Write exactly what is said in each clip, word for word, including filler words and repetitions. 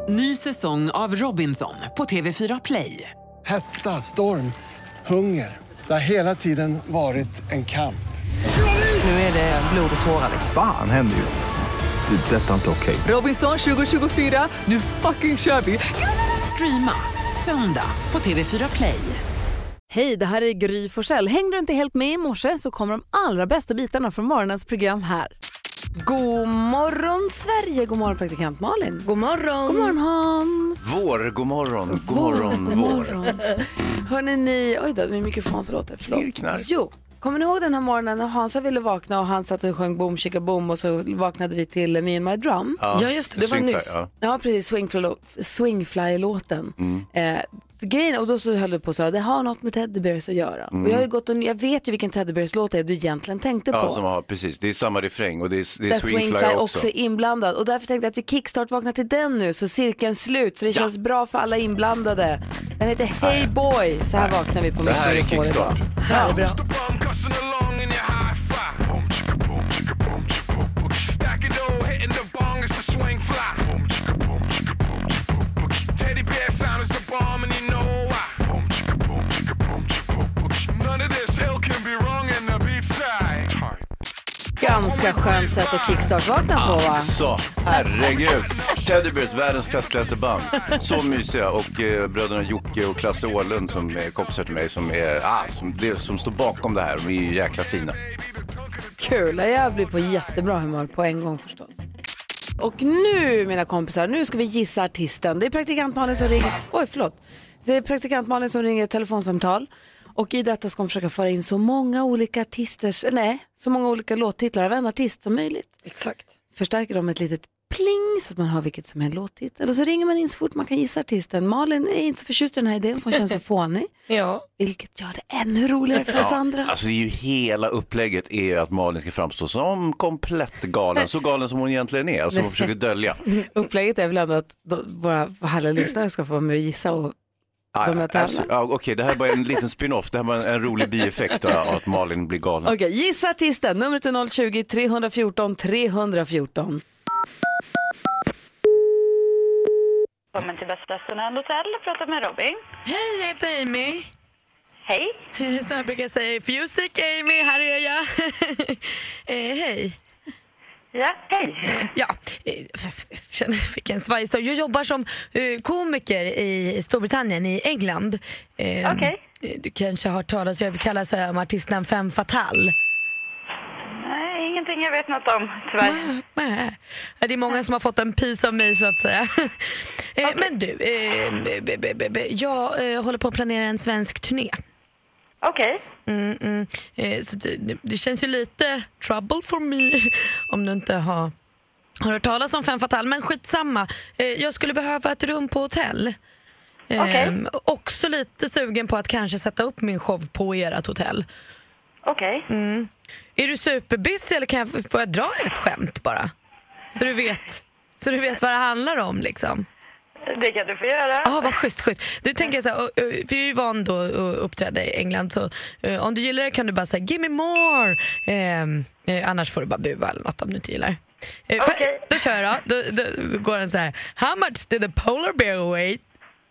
Ny säsong av Robinson på T V fyra Play. Hetta, storm, hunger. Det har hela tiden varit en kamp. Nu är det blod och tårar. Fan händer just det. Det är detta inte okej. Robinson tjugo tjugofyra, nu fucking kör vi. Streama söndag på T V fyra Play. Hej, det här är Gry Forssell. Hängde du inte helt med i morse så kommer de allra bästa bitarna från morgonens program här. God morgon Sverige, god morgon praktikant Malin. God morgon. God morgon Hans. Vår, god morgon, god morgon, vår. Hörrni ni, oj då, min mikrofon så låter, förlåt. Irknar. Jo, kommer ni ihåg den här morgonen när Hansa ville vakna och han satt och sjöng boom, chicka boom och så vaknade vi till Me and My Drum? Ja, ja just det, det var Swingfly, nyss. Ja, ja precis, Swingfly, Swingfly-låten. Mm. Eh, grejen, och då så höll du på och sa det har något med Teddy Bears att göra. Mm. Och jag har ju gått och jag vet ju vilken Teddy Bears låt är du egentligen tänkte på. Ja, som har, precis. Det är samma refräng och det är, det är Swingfly, Swingfly också. också inblandad. Och därför tänkte jag att vi kickstart vaknar till den nu så cirkeln slut så det ja. känns bra för alla inblandade. Den heter Hey Boy. Så här Nej. vaknar vi på Det här är kickstart. Ja, det är bra. Ganska skönt sätt att kickstart-vakna på, va? Alltså, herregud. Teddy Bears, världens festligaste band. Så mysiga. Och eh, bröderna Jocke och Klasse Åhlund som är kompisar till mig som, är, ah, som, det, som står bakom det här. De är ju jäkla fina. Kul, jag blir på jättebra humör på en gång förstås. Och nu, mina kompisar, nu ska vi gissa artisten. Det är praktikant Malin som ringer. Oj, förlåt. Det är praktikant Malin som ringer ett telefonsamtal. Och i detta ska hon försöka föra in så många olika artisters, nej, så många olika låttitlar av en artist som möjligt. Exakt. Förstärker dem med ett litet pling så att man hör vilket som är en låttitel. Och så ringer man in så fort man kan gissa artisten. Malin är inte så förtjust i den här idén, för hon känns så fånig. Ja. Vilket gör det ännu roligare för oss andra. Alltså det är ju hela upplägget är att Malin ska framstå som komplett galen. Så galen som hon egentligen är, som hon försöker dölja. Upplägget är väl ändå att då, våra härliga lyssnare ska få vara med och gissa och Ah, ja, ja, okej, okay, det här är bara en liten spin-off. Det här var en, en rolig bieffekt av att Malin blir galen. Okej, okay, gissa artisten. Numret är noll tjugo, tre fjorton, tre fjorton. Välkommen till Bästa Restaurang Hotell och prata med Robin. Hej, jag heter Amy. Hej. Så jag brukar säga, Fusic Amy, här är jag. eh, hej. Ja, hej. Ja, jag känner, fick en svajstad. Jag jobbar som uh, komiker i Storbritannien, i England. Uh, Okej. Okay. Du kanske har hört talas, jag kallar sig om artisten Femme Fatale. Nej, ingenting jag vet något om, tyvärr. Nej, nej. Det är många som har fått en piece av mig så att säga. Okay. Men du, uh, b- b- b- b- jag uh, håller på att planera en svensk turné. Okej. Okay. Mm, mm. Eh, så det, det känns ju lite trouble for me om du inte har, har hört talas om Femme Fatale. Men skitsamma, eh, jag skulle behöva ett rum på hotell. eh, okay. Också lite sugen på att kanske sätta upp min show på ert hotell. Okej. Okay. Mm. Är du superbusy eller kan jag, får jag dra ett skämt bara? Så du vet, så du vet vad det handlar om liksom. Det kan du få göra. Ja, ah, vad schysst, schysst. Du tänker så här, vi är ju van då att uppträda i England, så uh, om du gillar det kan du bara säga give me more. Um, uh, annars får du bara bua eller något om du inte gillar. Uh, okay. för, då kör jag då. Då, då. Då går den så här. How much did a polar bear weigh?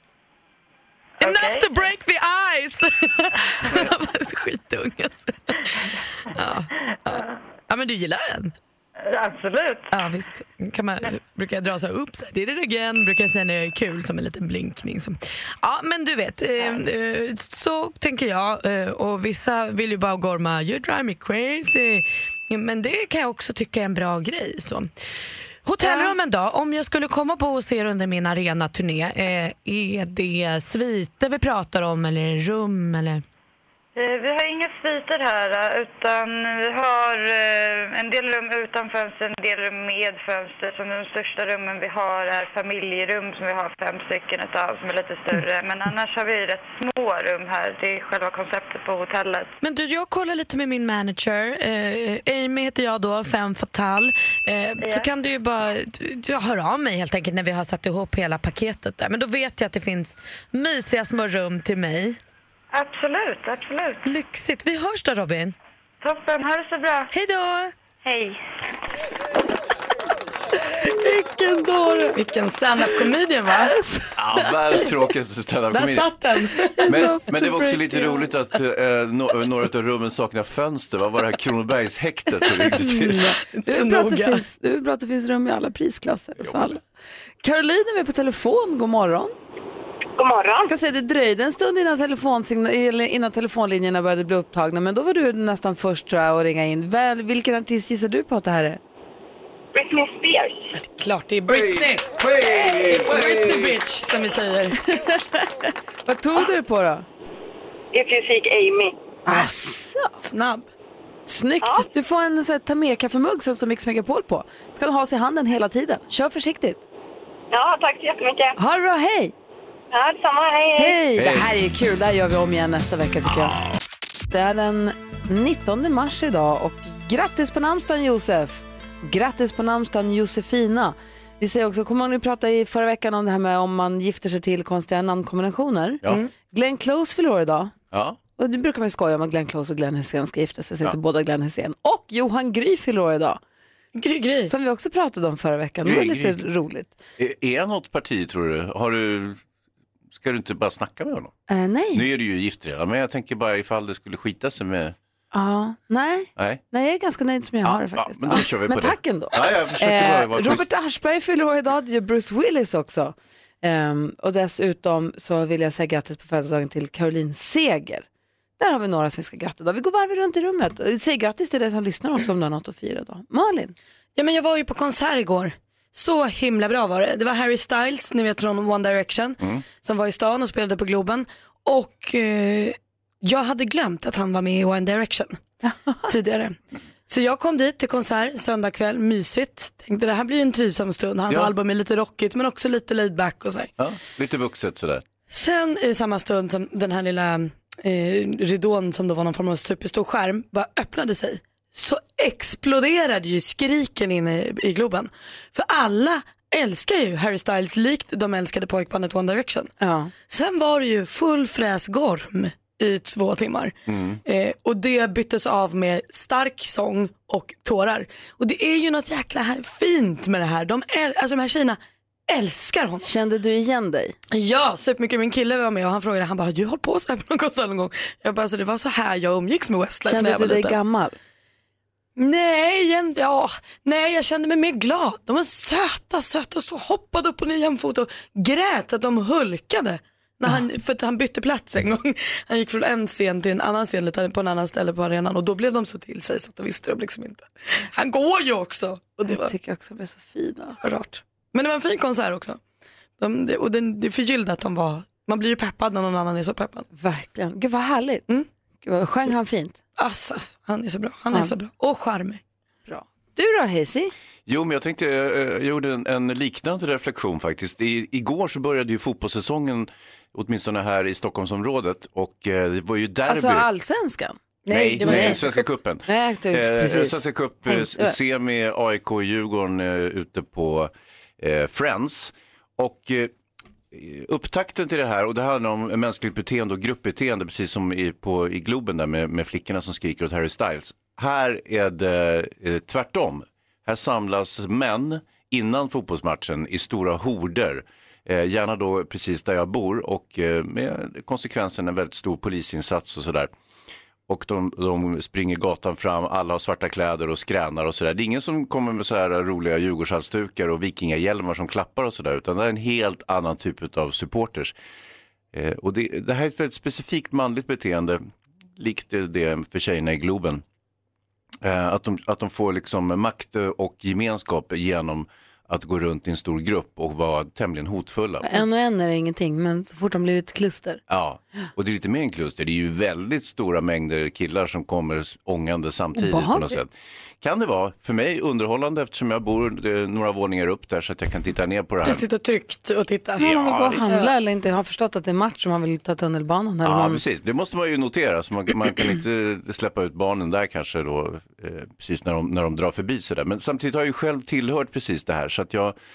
Okay. Enough to break the ice. Han var så skitung alltså. Ja, ja. Ja, men du gillar den. Absolut. Ja, visst. Kan man, brukar jag dra så här, oops, det är det igen. Brukar jag säga när jag är kul som en liten blinkning. Som. Ja, men du vet, eh, så tänker jag. Eh, och vissa vill ju bara gorma, you drive me crazy. Men det kan jag också tycka är en bra grej. Så. Hotellrummen då, om jag skulle komma på och se under min arena-turné, eh, är det sviter vi pratar om eller rum eller? Vi har inga sviter här, utan vi har en del rum utan fönster, en del rum med fönster. Så de största rummen vi har är familjerum som vi har fem stycken utav som är lite större. Men annars har vi rätt små rum här, det är själva konceptet på hotellet. Men du, jag kollar lite med min manager, eh, Amy heter jag då, Femme Fatale. Eh, yeah. Så kan du ju bara, du hör av mig helt enkelt när vi har satt ihop hela paketet där. Men då vet jag att det finns mysiga små rum till mig. Absolut, absolut. Lyxigt. Vi hörs då, Robin. Toppen, ha det så bra. Hej då. Hej. Vilken dåre. Vilken stand-up comedian, va? Ja, världens tråkigaste stand-up Där comedian. satt den. Men, men det var också lite roligt att eh, no, några av rummen saknar fönster. Vad var det här Kronobergshäktet? Mm. Det är bra att det finns, det är bra att det finns rum i alla prisklasser. För alla. Caroline är med på telefon. God morgon. God morgon. Jag kan säga, det dröjde en stund innan, innan telefonlinjerna började bli upptagna, men då var du nästan först, tror jag, att ringa in. Väl, vilken artist gissar du på att det här är? Britney Spears. Klart det är Britney. Hey, It's Britney bitch, som vi säger. Vad tog du på då? If you seek Amy. Asså. Snabb. Snyggt. Ja. Du får en så här, ta med kaffemugg som står Mix Megapol på. Ska du ha sig i handen hela tiden. Kör försiktigt. Ja, tack så jättemycket. Ha det bra, hej! Ja, detsamma. Hej, hej. Hej! Det här är ju kul. Det här gör vi om igen nästa vecka, tycker jag. Det är den nittonde mars idag och grattis på namnsdagen, Josef. Grattis på namnsdagen, Josefina. Vi säger också, kommer ni prata i förra veckan om det här med om man gifter sig till konstiga namnkombinationer? Ja. Mm. Glenn Close förlorar idag. Ja. Och det brukar man ju skoja om att Glenn Close och Glenn Hysén ska gifta sig, så Ja. inte båda Glenn Hysén. Och Johan Gry förlorar idag. Gry, gry. Som vi också pratade om förra veckan. Det Gry, var lite Gry. roligt. Är, är han något parti, tror du? Har du... Ska du inte bara snacka med honom? Uh, nej. Nu är du ju gift redan, men jag tänker bara ifall det skulle skita sig med... Ja, nej. Nej. Nej, jag är ganska nöjd som jag Ja, har det faktiskt. ja, men då kör vi på men det. tack ändå. Ja, jag försöker vara- vara Robert schysst. Aschberg fyller år idag, det gör Bruce Willis också. Ehm, och dessutom så vill jag säga grattis på födelsedagen till Caroline Seger. Där har vi några som vi ska gratta idag. Vi går varv runt i rummet. Säg grattis till det som lyssnar också om du har något att fira idag. Malin? Ja, men jag var ju på konsert igår. Så himla bra var det. Det var Harry Styles, ni vet, från One Direction, Mm. som var i stan och spelade på Globen. Och eh, jag hade glömt att han var med i One Direction tidigare. Så jag kom dit till konsert söndag kväll, mysigt. Tänkte det här blir en trivsam stund. Hans Ja. album är lite rockigt men också lite laid back och så här. Ja, lite vuxet sådär. Sen i samma stund som den här lilla eh, ridån som då var någon form av superstor skärm bara öppnade sig, så exploderade ju skriken inne i, i Globen. För alla älskar ju Harry Styles likt de älskade pojkbandet One Direction. Ja. Sen var det ju full fräs gorm i två timmar. Mm. Eh, och det byttes av med stark sång och tårar. Och det är ju något jäkla här, fint med det här. De, äl- alltså de här tjejerna älskar honom. Kände du igen dig? Ja, supermycket. Min kille var med och han frågade, han bara, du har hållit på så här på någon konsert någon gång? Jag bara, så det var så här jag umgicks med Westlife när Kände jag du var dig liten. gammal? Nej, igen, ja, nej, jag kände mig mer glad. De var söta, söta, stod och hoppade upp och ner jämfot och grät att de hulkade. När han, för att han bytte plats en gång. Han gick från en scen till en annan scen lite på en annan ställe på arenan och då blev de så till sig så att de visste de liksom inte. Han går ju också. Och det Jag var tycker också det är så fina. rart. Men det var en fin konsert också. De, det, och det, det förgyllde att de var, man blir ju peppad när någon annan är så peppad. Verkligen. Gud vad härligt. Mm. Gud, vad, sjöng han fint? Alltså, han är så bra. Han är Ja. så bra. Och charmig. Bra. Du då, Hazy? Jo, men jag tänkte, jag gjorde en, en liknande reflektion faktiskt. I, igår så började ju fotbollssäsongen, åtminstone här i Stockholmsområdet, och eh, det var ju derby. Alltså allsvenskan? Nej, det var nej, Svenska Svenska cupen. Nej, jag tyckte- Eh, precis. Svenska cup eh, Tänkte- semi A I K Djurgården eh, ute på eh, Friends. Och eh, upptakten till det här, och det handlar om mänskligt beteende och gruppbeteende, precis som i, på, i Globen där med, med flickorna som skriker åt Harry Styles. Här är det eh, tvärtom. Här samlas män innan fotbollsmatchen i stora horder. Eh, gärna då precis där jag bor, och eh, med konsekvensen en väldigt stor polisinsats och sådär. Och de, de springer gatan fram, alla har svarta kläder och skränar och sådär. Det är ingen som kommer med så här roliga Djurgårdshalsdukar och vikingahjälmar som klappar och sådär, utan det är en helt annan typ av supporters. Eh, och det, det här är ett väldigt specifikt manligt beteende, likt det för tjejerna i Globen. Eh, att, de, att de får liksom makt och gemenskap genom att gå runt i en stor grupp och vara tämligen hotfulla. En och en är det ingenting, men så fort de blir ett kluster. Ja, och det är lite mer en kluster. Det är ju väldigt stora mängder killar som kommer ångande samtidigt på något Obehagligt. sätt. Kan det vara för mig underhållande, eftersom jag bor eh, några våningar upp där, så att jag kan titta ner på det Du här. sitter tryggt och tittar. Ja, man vill gå och så- handla eller inte har förstått att det är match som man vill ta tunnelbanan. Eller Ja, man... precis. Det måste man ju notera. Så man, man kan inte släppa ut barnen där kanske då, eh, precis när de, när de drar förbi sådär. Men samtidigt har jag ju själv tillhört precis det här, så att jag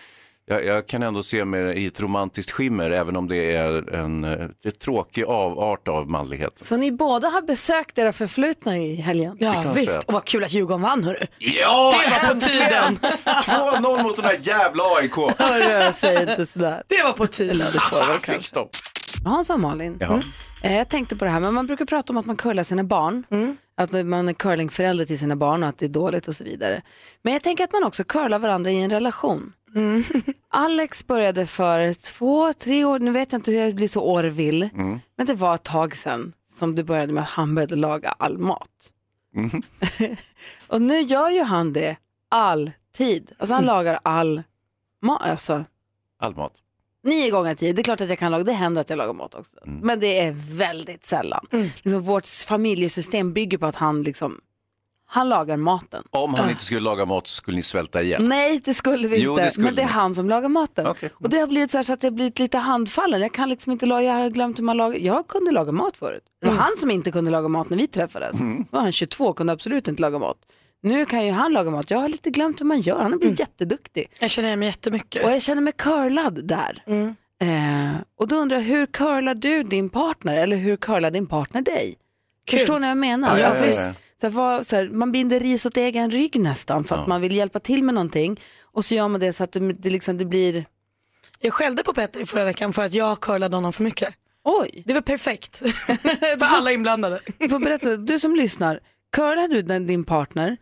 Jag, jag kan ändå se mig i ett romantiskt skimmer, även om det är en, en tråkig avart av manlighet. Så ni båda har besökt era förflutna i helgen? Ja visst, och vad kul att Djurgården vann, hörru. Ja, det var på tiden. två noll mot den här jävla A I K. Hörru, säg inte sådär. Det var på tiden. Eller det får väl kanske. Hans och Malin. Ja. Mm. Jag tänkte på det här, men man brukar prata om att man curlar sina barn. Mm. Att man är curlingförälder till sina barn och att det är dåligt och så vidare. Men jag tänker att man också curlar varandra i en relation. Mm. Alex började för två, tre år, nu vet jag inte hur jag blir så årvill. Mm. Men det var ett tag sedan som det började med att han började laga all mat. Mm. Och nu gör ju han det alltid. Alltså han mm. lagar all mat. Alltså. All mat. Nio gånger tid. Det är klart att jag kan laga, det händer att jag lagar mat också. Mm. Men det är väldigt sällan. Mm. Liksom, vårt familjesystem bygger på att han liksom, han lagar maten. Om han uh. inte skulle laga mat så skulle ni svälta igen. Nej, det skulle vi jo, inte. Det skulle men det är ni. han som lagar maten. Okay. Och det har blivit så, här så att jag har blivit lite handfallen. Jag kan liksom inte laga, jag har glömt hur man lagar. Jag kunde laga mat förut. Det var mm. han som inte kunde laga mat när vi träffades. Mm. Var han tjugotvå och kunde absolut inte laga mat. Nu kan ju han laga mat. Jag har lite glömt hur man gör. Han har blivit mm. jätteduktig. Jag känner mig jättemycket. Och jag känner mig curlad där. Mm. Eh, och då undrar jag, hur curlar du din partner? Eller hur curlar din partner dig? Kul. Förstår ni vad jag menar? Ja, alltså, ja, ja, ja. Så var, så här, man binder ris åt egen rygg nästan. För att ja. man vill hjälpa till med någonting. Och så gör man det så att det, det, liksom, det blir... Jag skällde på Petter i förra veckan för att jag curlade honom för mycket. Oj. Det var perfekt. För alla inblandade. Du får berätta, du som lyssnar. Curlar du den, din partner?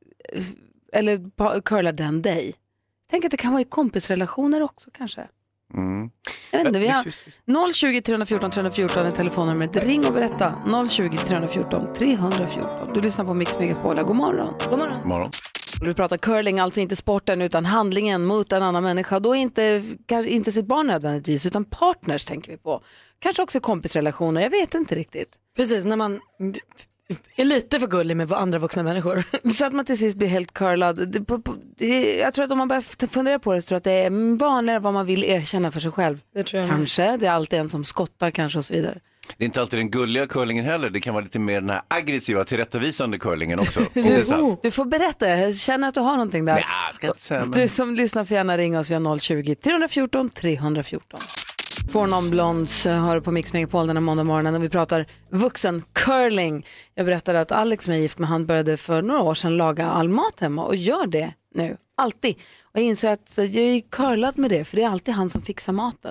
Eller curlar den dig? Tänk att det kan vara i kompisrelationer också kanske. Mm. Jag vet inte, vi har noll tjugo, tre fjorton, tre fjorton är telefonnumret. Ring och berätta. noll tjugo, tre fjorton, tre fjorton. Du lyssnar på Mix Megapol. God morgon. God morgon. God morgon. Vi pratar curling, alltså inte sporten utan handlingen mot en annan människa. Då är inte, inte sitt barn nödvändigtvis utan partners tänker vi på. Kanske också kompisrelationer, jag vet inte riktigt. Precis, när man är lite för gullig med andra vuxna människor. Så att man till sist blir helt curlad. Det, på, det, jag tror att om man börjar fundera på det så tror jag att det är vanligare vad man vill erkänna för sig själv. Det tror jag. Kanske, det är alltid en som skottar kanske och så vidare. Det är inte alltid den gulliga curlingen heller. Det kan vara lite mer den här aggressiva, tillrättavisande curlingen också. du, du får berätta, jag känner att du har någonting där. Nej, ska inte säga, men... Du som lyssnar får gärna ringa oss via noll tjugo, tre fjorton, tre fjorton. Four Non Blondes hör på Mix Megapol den här måndag morgonen och vi pratar vuxen curling. Jag berättade att Alex som är gift med han började för några år sedan laga all mat hemma och gör det nu, alltid. Och jag inser att jag är curlad med det för det är alltid han som fixar maten.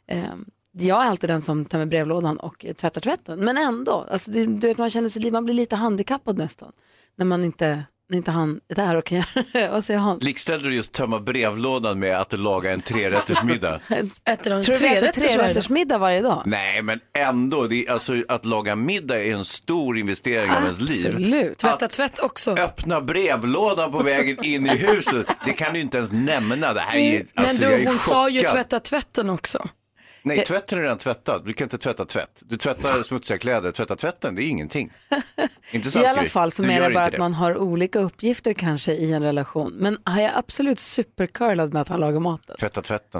Jag är alltid den som tar med brevlådan och tvättar tvätten. Men ändå, alltså det, du vet man känner sig, man blir lite handikappad nästan när man inte... inte han är där och kan jag. Vad säger Hans? Likställde du just tömma brevlådan med att laga en trerättersmiddag? Äter de trerättersmiddag varje dag? Nej, men ändå. Det är, alltså, att laga middag är en stor investering av ens liv. Absolut. Tvätta tvätt också. Öppna brevlådan på vägen in i huset. Det kan du inte ens nämna. Det här är, alltså, men du, jag är hon chockad. sa ju tvätta tvätten också. Nej, tvätten är redan tvättad. Du kan inte tvätta tvätt. Du tvättar smutsiga kläder. Tvätta tvätten, det är ingenting. Inte sant, i alla fall så du menar jag bara att det. man har olika uppgifter kanske i en relation. Men har jag absolut supercurlad med att han lagar maten? Tvätta tvätten.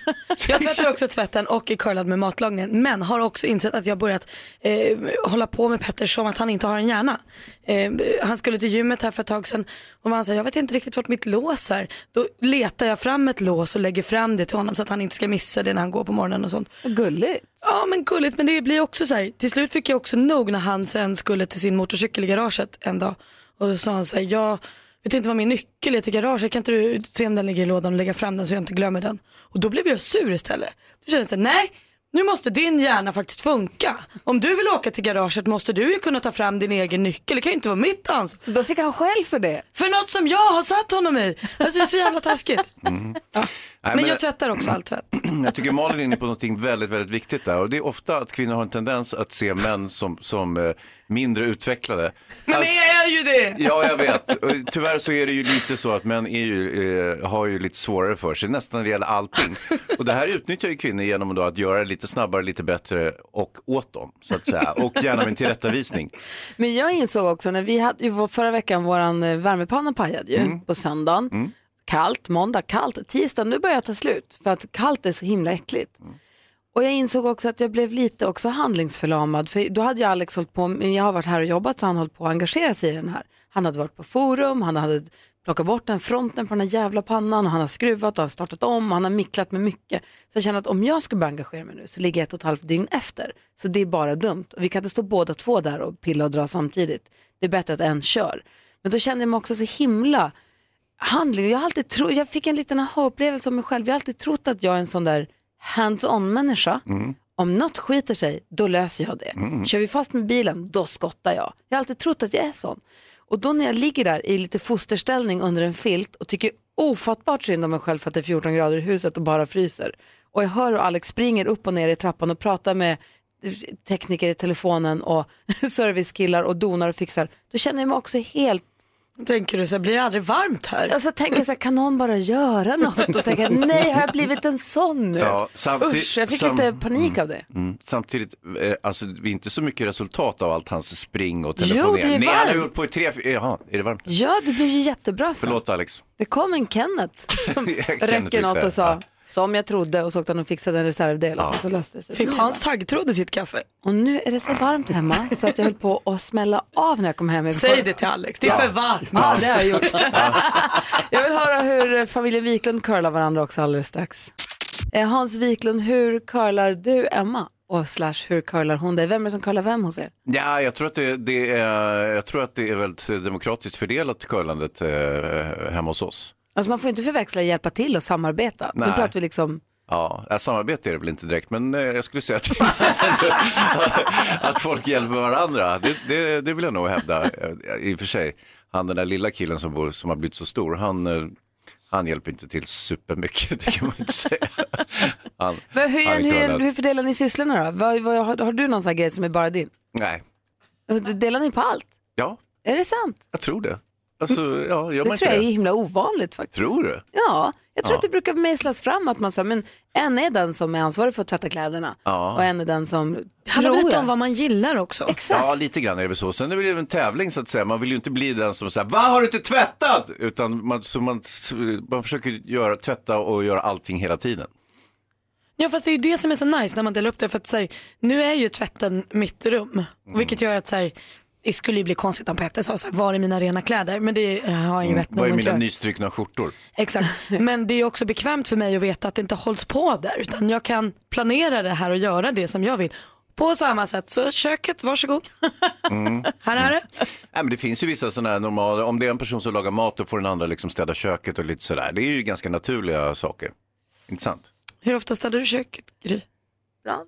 Jag tvättar också tvätten och är curlad med matlagningen. Men har också insett att jag börjat eh, hålla på med Petter som att han inte har en hjärna. Eh, han skulle till gymmet här för ett tag sedan och han sa, jag vet inte riktigt vart mitt lås är. Då letar jag fram ett lås och lägger fram det till honom så att han inte ska missa det när han går på morgonen och sånt. Gulligt. Ja men gulligt, men det blir också så här. Till slut fick jag också nog när han sen skulle till sin motorcykel i garaget en dag. Och då sa han så här, jag vet inte vad min nyckel är till garaget, kan inte du se om den ligger i lådan och lägga fram den så jag inte glömmer den. Och då blev jag sur istället. Då kändes det, nej, nu måste din hjärna faktiskt funka. Om du vill åka till garaget måste du ju kunna ta fram din egen nyckel. Det kan ju inte vara mitt ansvar. Så då fick han själv för det? För något som jag har satt honom i. Alltså det är så jävla taskigt. Mm. Ja. Nej, men men jag tvättar också allt tvätt. Jag tycker Malin är inne på något väldigt, väldigt viktigt där. Och det är ofta att kvinnor har en tendens att se män som, som eh, mindre utvecklade. Men alltså, det är ju det! Ja, jag vet. Och tyvärr så är det ju lite så att män är ju, eh, har ju lite svårare för sig nästan när det gäller allting. Och det här utnyttjar ju kvinnor genom då att göra det lite snabbare, lite bättre och åt dem, så att säga. Och gärna med en tillrättavisning. Men jag insåg också när vi hade ju förra veckan våran värmepanna pajade ju mm. på söndagen. Mm. Kallt, måndag, kallt, tisdag, nu börjar jag ta slut för att kallt är så himla äckligt. Mm. Och jag insåg också att jag blev lite också handlingsförlamad för då hade jag Alex hållit på, jag har varit här och jobbat så han hållit på att engagera sig i den här. Han hade varit på forum, han hade plockat bort den fronten på den här jävla pannan och han har skruvat och han har startat om och han har micklat med mycket. Så jag känner att om jag ska börja engagera mig nu så ligger jag ett och ett halvt dygn efter. Så det är bara dumt. Och vi kan inte stå båda två där och pilla och dra samtidigt. Det är bättre att en kör. Men då kände jag mig också så himla handling. Jag har alltid tro, jag fick en liten aha-upplevelse om mig själv. Jag har alltid trott att jag är en sån där hands-on-människa. Mm. Om något skiter sig, då löser jag det. Mm. Kör vi fast med bilen, då skottar jag. Jag har alltid trott att jag är sån. Och då när jag ligger där i lite fosterställning under en filt och tycker ofattbart synd om mig själv för att det är fjorton grader i huset och bara fryser. Och jag hör hur Alex springer upp och ner i trappan och pratar med tekniker i telefonen och servicekillar och donar och fixar. Då känner jag mig också helt... Tänker du så här, blir det aldrig varmt här? Alltså tänker så här, kan någon bara göra något? Och tänker nej, har jag blivit en sån nu? Ja, Usch, jag fick sam- lite panik av det. Mm, mm. Samtidigt, eh, alltså vi är inte så mycket resultat av allt hans spring och telefonering. Jo, det är varmt. Nej, han har gjort på i tre, jaha, är det varmt? Ja, det blir ju jättebra så. Förlåt Alex. Det kom en Kenneth som räcker något och sa... Ja. Som jag trodde och så åkte han och fixade en reservdel och ja. så löste det sig. Fick Hans taggtråd i sitt kaffe? Och nu är det så varmt hemma så att jag höll på att smälla av när jag kom hem. Säg det till Alex, det är ja. för varmt. Ja, det har jag gjort. Jag vill höra hur familjen Wiklund curlar varandra också alldeles strax. Hans Wiklund, hur curlar du Emma? Och slash, hur curlar hon dig? Vem är det som curlar vem hos er? Ja, jag tror att det, det, är, jag tror att det är väldigt demokratiskt fördelat curlandet eh, hemma hos oss. Alltså man får inte förväxla hjälpa till och samarbeta. Nej. Nu pratar vi liksom... Ja, samarbete är det väl inte direkt, men eh, jag skulle säga att, att folk hjälper varandra. Det, det, det vill jag nog hävda. I och för sig, han den där lilla killen som, bor, som har blivit så stor, han, han hjälper inte till supermycket, det kan man inte säga. Han, men hur, han hur, hur fördelar ni sysslorna då? Vad, vad, har, har du någon sån här grej som är bara din? Nej. Delar ni på allt? Ja. Är det sant? Jag tror det. Alltså, ja, det tror jag är himla ovanligt faktiskt. Tror du? Ja, jag tror ja. att det brukar mejslas fram att man säger, men en är den som är ansvarig för att tvätta kläderna ja. och en är den som det handlar lite om vad man gillar också. Exakt. Ja, lite grann är det väl så. Sen är det väl en tävling så att säga. Man vill ju inte bli den som säger, vad har du inte tvättat? Utan man, så man, man försöker göra, tvätta och göra allting hela tiden. Ja, fast det är ju det som är så nice när man delar upp det. För att säga, nu är ju tvätten mitt rum. Mm. Vilket gör att så här, det skulle ju bli konstigt om Petter sa så här, var är mina rena kläder? Men det har jag ju vett nog inte. Var är mina gör. nystrykna skjortor? Exakt, men det är också bekvämt för mig att veta att det inte hålls på där. Utan jag kan planera det här och göra det som jag vill. På samma sätt, så köket, varsågod. Mm. Här är det. Nej, men det finns ju vissa sådana här normala, om det är en person som lagar mat och får den andra liksom städa köket och lite sådär. Det är ju ganska naturliga saker. Intressant. Hur ofta städar du köket, Gry? Ibland.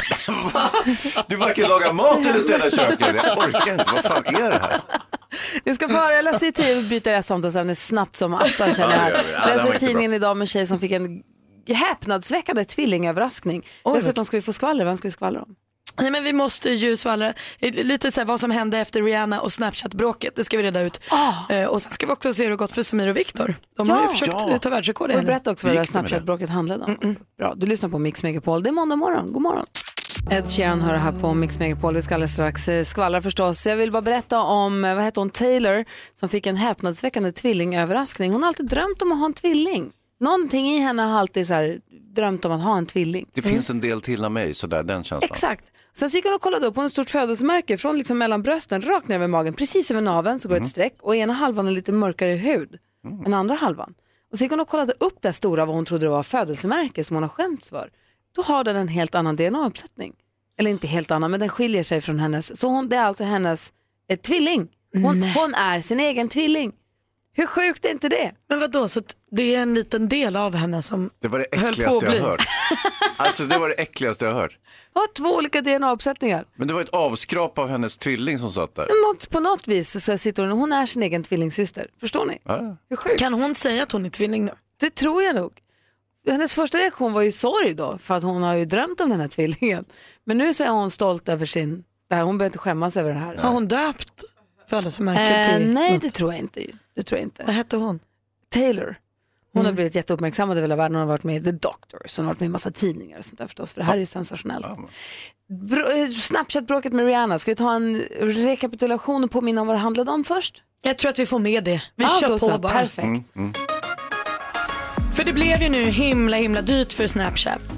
Du varken lagar mat eller städar köket. Jag orkar inte, vad fan är det här? Ni ska få höra, jag läser i tidningen, byter det samtalsämne snabbt som attan känner jag här. Jag läser i tidningen idag med en tjej som fick en häpnadsväckande tvillingöverraskning. Dessutom ska vi få skvallra, vem ska vi skvallra om? Nej, men vi måste ju svallra lite så här, vad som hände efter Rihanna och Snapchat-bråket. Det ska vi reda ut. Oh. Eh, och sen ska vi också se hur det gått för Samir och Viktor. De ja. har ju försökt ja. ta världsrekord. Och berätta också vad det Snapchat-bråket handlade om. Mm-mm. Bra, du lyssnar på Mix Megapol. Det är måndag morgon. God morgon. Ed Sheeran hör här på Mix Megapol. Vi ska alldeles strax skvallra förstås. Jag vill bara berätta om, vad heter hon, Taylor, som fick en häpnadsväckande tvillingöverraskning. Hon har alltid drömt om att ha en tvilling. Någonting i henne har alltid så här, drömt om att ha en tvilling. Det mm. finns en del till av mig, så där, den känslan. Exakt. Sen så gick hon och kollade upp på en stort födelsemärke från liksom mellan brösten, rakt ner över magen, precis över naveln så går mm. ett streck och ena halvan är lite mörkare hud mm. än andra halvan. Och så gick hon och kollade upp det stora, vad hon trodde det var födelsemärke som hon har skämts för. Då har den en helt annan D N A-uppsättning. Eller inte helt annan, men den skiljer sig från hennes. Så hon, det är alltså hennes ett tvilling. Hon, hon är sin egen tvilling. Hur sjukt är inte det? Men vadå, så det är en liten del av henne som det var det äckligaste jag har hört. Alltså det var det äckligaste jag har hört. Ja, två olika D N A-uppsättningar. Men det var ett avskrap av hennes tvilling som satt där. Något, på något vis så sitter hon, hon är sin egen tvillingsyster. Förstår ni? Ja. Hur sjukt? Kan hon säga att hon är tvilling nu? Det tror jag nog. Hennes första reaktion var ju sorg då, för att hon har ju drömt om den här tvillingen. Men nu så är hon stolt över sin, det här, hon behöver inte skämmas över det här. Har hon döpt födelsemärket eh, till? Nej, det tror jag inte. Det tror jag inte. Vad hette hon? Taylor. Hon Mm. har blivit jätteuppmärksammad över hela världen. Hon har varit med i The Doctor. Så hon har varit med i en massa tidningar och sånt där förstås. För det här är ju sensationellt. Br- Snapchat-bråket med Rihanna. Ska vi ta en rekapitulation och påminna om vad det handlade om först? Jag tror att vi får med det. Vi ah, kör på så, bara. Perfekt. Mm, mm. För det blev ju nu himla himla dyrt för Snapchat.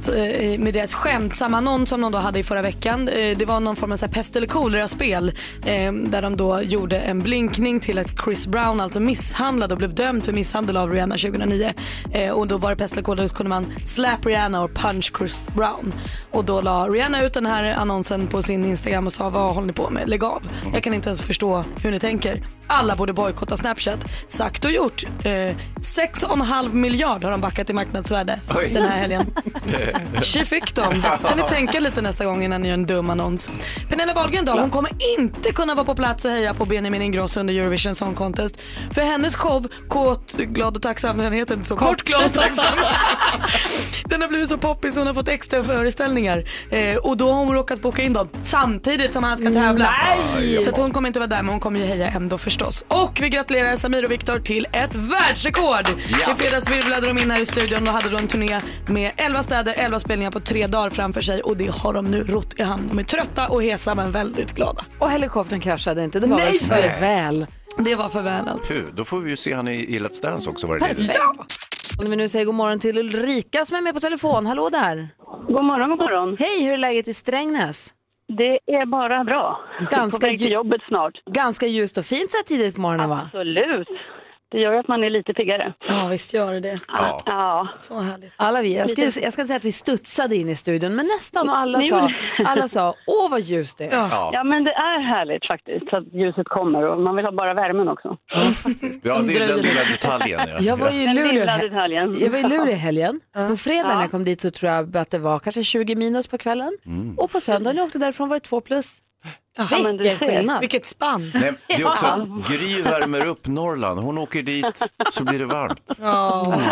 börjat eh, med deras skämtsamma annons som de då hade i förra veckan. Eh, det var någon form av så här pest eller kolera-spel eh, där de då gjorde en blinkning till att Chris Brown alltså misshandlade och blev dömd för misshandel av Rihanna tjugohundranio. Eh, och då var det pest eller kolera, då kunde man slap Rihanna och punch Chris Brown. Och då la Rihanna ut den här annonsen på sin Instagram och sa, vad håller ni på med? Lägg av. Jag kan inte ens förstå hur ni tänker. Alla borde bojkotta Snapchat. Sagt och gjort. Eh, sex och en halv miljard har de backat i marknadsvärde Oj. den här helgen. Tji fick dem. Kan ni tänka lite nästa gång innan ni gör en dum annons. Pernilla Wahlgren då, hon kommer inte kunna vara på plats och heja på Benjamin Ingrosso under Eurovision Song Contest. För hennes show, Kåt, glad och tacksam, den heter inte så kort, glad och tacksam. Den har blivit så poppig så hon har fått extra föreställningar. Eh, och då har hon råkat boka in dem samtidigt som han ska tävla. Nej. Så att hon kommer inte vara där, men hon kommer ju heja ändå förstås. Och vi gratulerar Samir och Viktor till ett världsrekord. Ja. I fredags virvlade de in här i studion och hade då en turné med elva städer, elva spelningar på tre dagar framför sig. Och det har de nu rott i hamn. De är trötta och hesa men väldigt glada. Och helikoptern kraschade inte, det var Nej. väl för väl. Det var för väl alltså. Då får vi ju se han i, i Let's Dance också. Var det Perfekt. Ja. Om vi nu säger god morgon till Ulrika som är med på telefon. Hallå där. God morgon, god morgon. Hej, hur är läget i Strängnäs? Det är bara bra. Ganska på väg till jobbet snart. Ganska ljust och fint så här tidigt på morgonen, va? Absolut. Det gör att man är lite piggare. Ja, visst gör det. Ja. ja. Så härligt. Alla vi, jag ska, jag ska inte säga att vi studsade in i studion, men nästan, och alla, sa, alla sa, åh vad ljust det är. Ja. ja, men det är härligt faktiskt så att ljuset kommer och man vill ha bara värmen också. Ja, ja det är den lilla detaljen. Ja. Jag var ju i Luleå, detaljen. jag var i Luleå i helgen. På fredag ja. när jag kom dit så tror jag att det var kanske tjugo minus på kvällen. Mm. Och på söndagen jag åkte därifrån var det två plus. Jaha, vilken skillnad. Vilket spann. Nej, det är också att Gry värmer upp Norrland. Hon åker dit så blir det varmt. Ja, oh.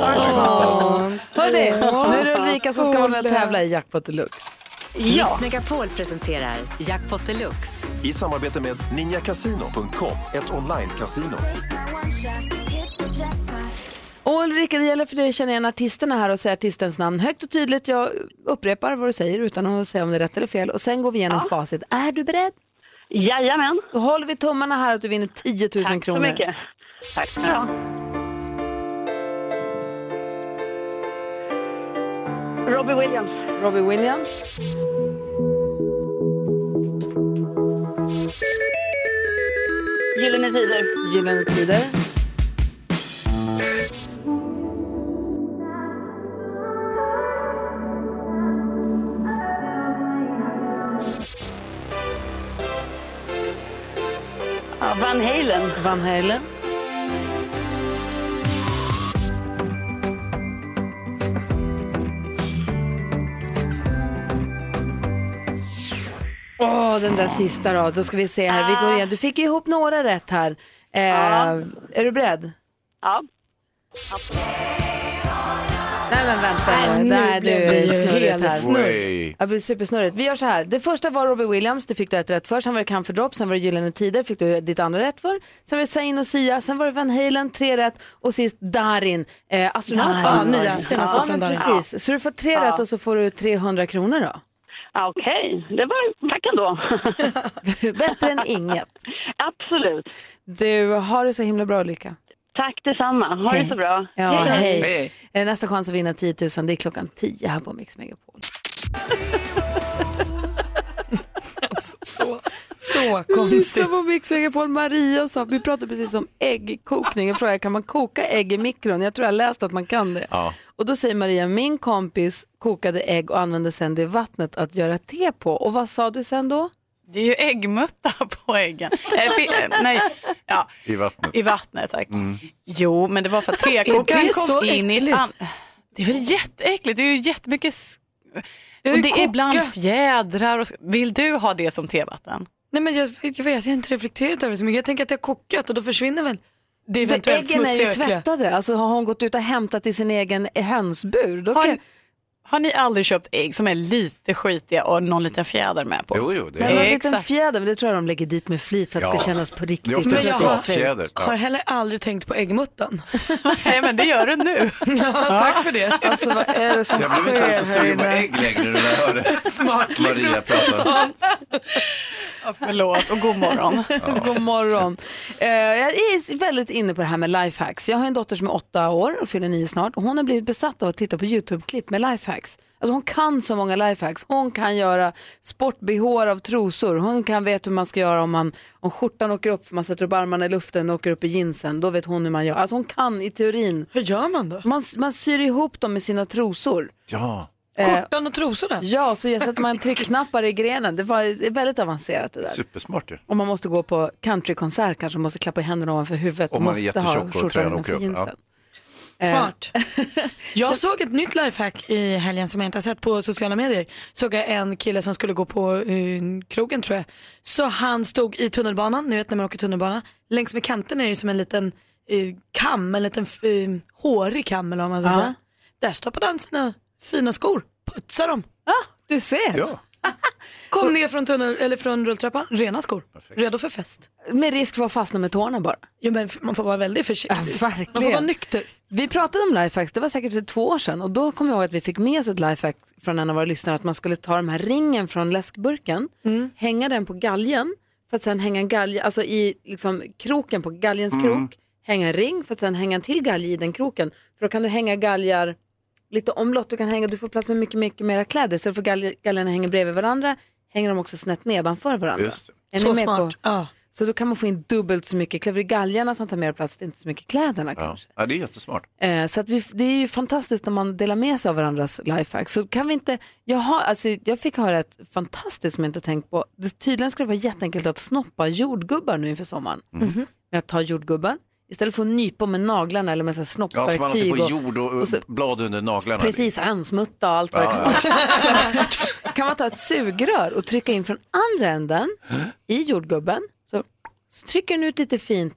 Hörrni, nu är det Ulrika som ska vara med och tävla i Jackpot Deluxe. Ja. Mix Megapol presenterar Jackpot Deluxe i samarbete med ninja casino punkt com, ett online-casino. Och Ulrika, det gäller för dig att känna igen artisterna här och säga artistens namn högt och tydligt. Jag upprepar vad du säger utan att säga om det är rätt eller fel. Och sen går vi igenom ja. facit. Är du beredd? Jajamän. Då håller vi tummarna här att du vinner tio tusen kronor. Tack så mycket. Tack så mycket. Robbie Williams. Robbie Williams. Gyllene Tider. Gyllene Tider. Van Halen. Van Halen. Åh, oh, den där sista då. Då ska vi se här. Vi går igen. Du fick ju ihop några rätt här. Eh, ja. Är du beredd? Ja. Nej men vänta nu, Nej, det är du snurrigt här. Snurr. Jag blir supersnurrigt. Vi gör så här. Det första var Robbie Williams, det fick du ett rätt för. Sen var det Camphor Drop, sen var det Gyllene Tider, fick du ditt andra rätt för. Sen var det Zayn och Sia, sen var det Van Halen, tre rätt. Och sist Darin, eh, astronaut. Ja, ja, nya, senaste ja, från Darin. Precis. Så du får tre ja. rätt och så får du trehundra kronor då. Okej, okay. Det var tack ändå. Bättre än inget. Absolut. Du har det så himla bra, Ulrika. Tack detsamma. Ha det så bra. Ja, hej. hej. Nästa chans att vinna tio tusen, det är klockan tio här på Mix Megapol. så, så konstigt. Så på Mix Megapol, Maria sa, vi pratade precis om äggkokning. Jag frågade, kan man koka ägg i mikron? Jag tror jag läst att man kan det. Ja. Och då säger Maria, min kompis kokade ägg och använde sen det vattnet att göra te på. Och vad sa du sen då? Det är ju äggmutta på äggen. äh, nej, ja. I vattnet. I vattnet, tack. Mm. Jo, men det var för att tekokaren kom in i ett an... Det är väl jätteäckligt. Det är ju jättemycket... Det är, och det är ibland fjädrar. Och... Vill du ha det som tevatten? Nej, men jag, jag vet, jag har inte reflekterat över det så mycket. Jag tänker att det har kokat och då försvinner väl det eventuellt smutsiga. Äggen är ju äckliga. Tvättade. Alltså har hon gått ut och hämtat i sin egen hönsbur. Då har, kan... har ni aldrig köpt ägg som är lite skitiga och någon liten fjäder med på? Jo, jo. Det är en liten fjäder, men det tror jag de lägger dit med flit för att ja. det ska kännas på riktigt. Men jag har, ja. har heller aldrig tänkt på äggmuttan. Nej, men det gör du nu. Ja, tack för det. Alltså, vad är det som jag blev inte ens så sugen på ägg längre när jag hörde Maria prata. Ja, förlåt och god morgon. Ja. God morgon. Uh, jag är väldigt inne på det här med lifehacks. Jag har en dotter som är åtta år och fyller nio snart. Och hon har blivit besatt av att titta på YouTube-klipp med lifehacks. Alltså hon kan så många lifehacks. Hon kan göra sport-B H av trosor. Hon kan veta hur man ska göra om, man, om skjortan åker upp, man sätter upp armarna i luften och åker upp i jeansen. Då vet hon hur man gör. Alltså hon kan i teorin. Hur gör man då? Man, man syr ihop dem med sina trosor. Ja. Skjortan och trosorna? Ja, så jag sätter man tryckknappar i grenen. Det var väldigt avancerat det där. Supersmart ju. Om man måste gå på countrykonsert kanske måste klappa i händerna ovanför huvudet. Om man är måste jättetjock och tränaren åker upp. Ja. Smart. Jag såg ett nytt lifehack i helgen som jag inte har sett på sociala medier. Såg jag en kille som skulle gå på uh, krogen tror jag. Så han stod i tunnelbanan, ni vet när man åker tunnelbana. Längs med kanten är det som en liten uh, kam, en liten uh, hårig kam eller vad man ska ja. säga. Där stoppade han sina fina skor, putsar dem. Ja, du ser. Ja. Kom ner från tunnel eller från rulltrappan, rena skor. Perfekt. Redo för fest. Med risk för att fastna med tårna bara. Ja, men man får vara väldigt försiktig. Ja, verkligen. Man får vara nykter. Vi pratade om lifehacks, det var säkert för två år sedan. Och då kom jag ihåg att vi fick med oss ett lifehack från en av våra lyssnare. Att man skulle ta den här ringen från läskburken, mm. hänga den på galgen. För att sen hänga en galge, alltså i liksom kroken på galjens mm. krok. Hänga en ring för att sen hänga en till galge i den kroken. För då kan du hänga galgar lite omlott. Du kan hänga, du får plats med mycket, mycket mera kläder. Så för galg, galgarna hänger bredvid varandra. Hänger de också snett nedanför varandra. Just det. Så smart. På? Ja. Så då kan man få in dubbelt så mycket kläder. Galgarna som tar mer plats, det är inte så mycket kläderna ja. kanske. Ja, det är jättesmart. Eh, så att vi, det är ju fantastiskt när man delar med sig av varandras lifehacks. Så kan vi inte, jag, har, alltså, jag fick höra ett fantastiskt som jag inte tänkt på. Det, tydligen skulle det vara jätteenkelt att snoppa jordgubbar nu inför sommaren. Mm. Mm-hmm. Jag tar jordgubben. Istället för att nypa med naglarna eller med snoppverktyg. Ja, så man inte får jord och, och så, blad under naglarna. Precis, hönsmutta och allt vad ja, det kan ja. Så kan man ta ett sugrör och trycka in från andra änden i jordgubben. Så, så trycker den ut lite fint.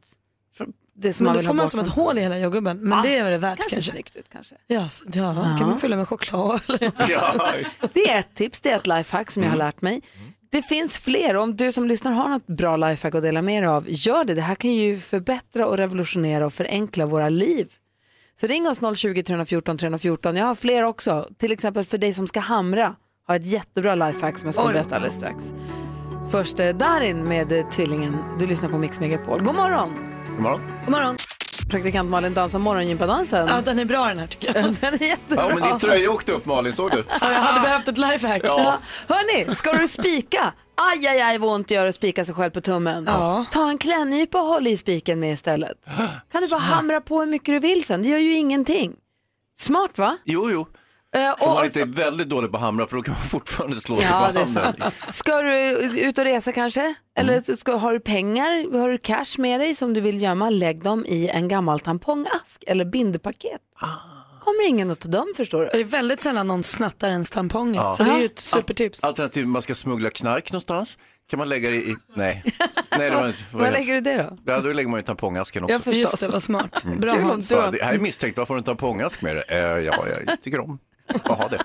Det som men man då vill får man bort. som ett hål i hela jordgubben. Men ja, det är det värt kanske. Kanske snyggt ut kanske. Ja, så, ja, ja. Kan man fylla med choklad eller? Ja. Det är ett tips, det är ett lifehack som jag har lärt mig. Det finns fler. Om du som lyssnar har något bra lifehack att dela med dig av, gör det. Det här kan ju förbättra och revolutionera och förenkla våra liv. Så ring oss noll tjugo, tre fjorton, tre fjorton. Jag har fler också. Till exempel för dig som ska hamra. Har ett jättebra lifehack som jag ska berätta alldeles strax. Först Darin med Tvillingen. Du lyssnar på Mix Megapol. God morgon! God morgon. God morgon. Praktikant Malin dansar morgongympa-dansen. Ja, den är bra den här tycker jag. Den är jättebra. Ja, men din tröja åkte upp, Malin, såg du? Ja, jag hade behövt ett lifehack. Ja. Ja. Hörni, ska du spika? Aj, aj, aj, vad ont gör att spika sig själv på tummen. Ja. Ta en klädnypa och håll i spiken med istället. Kan du bara hamra på hur mycket du vill sen? Det gör ju ingenting. Smart, va? Jo, jo. Uh, och, man inte är väldigt dålig på att hamra, för då kan man fortfarande slå sig ja, på handen. Ska du ut och resa kanske? Eller mm. ska, har du pengar, har du cash med dig som du vill gömma? Lägg dem i en gammal tampongask eller bindepaket. Ah. Kommer ingen att ta dem, förstår du? Det är väldigt sällan någon snattar en tamponger. Ja. Så det är ju ett supertips. Alternativt man ska smuggla knark någonstans. Kan man lägga det i... Nej. Nej, det var inte... Vad lägger du det då? Ja, då lägger man ju tampongasken också. Jag förstår. Just det, var smart. Mm. Bra. Du, så, det här är misstänkt. Varför har du en tampongask med det? Eh, ja, jag tycker om att ha det.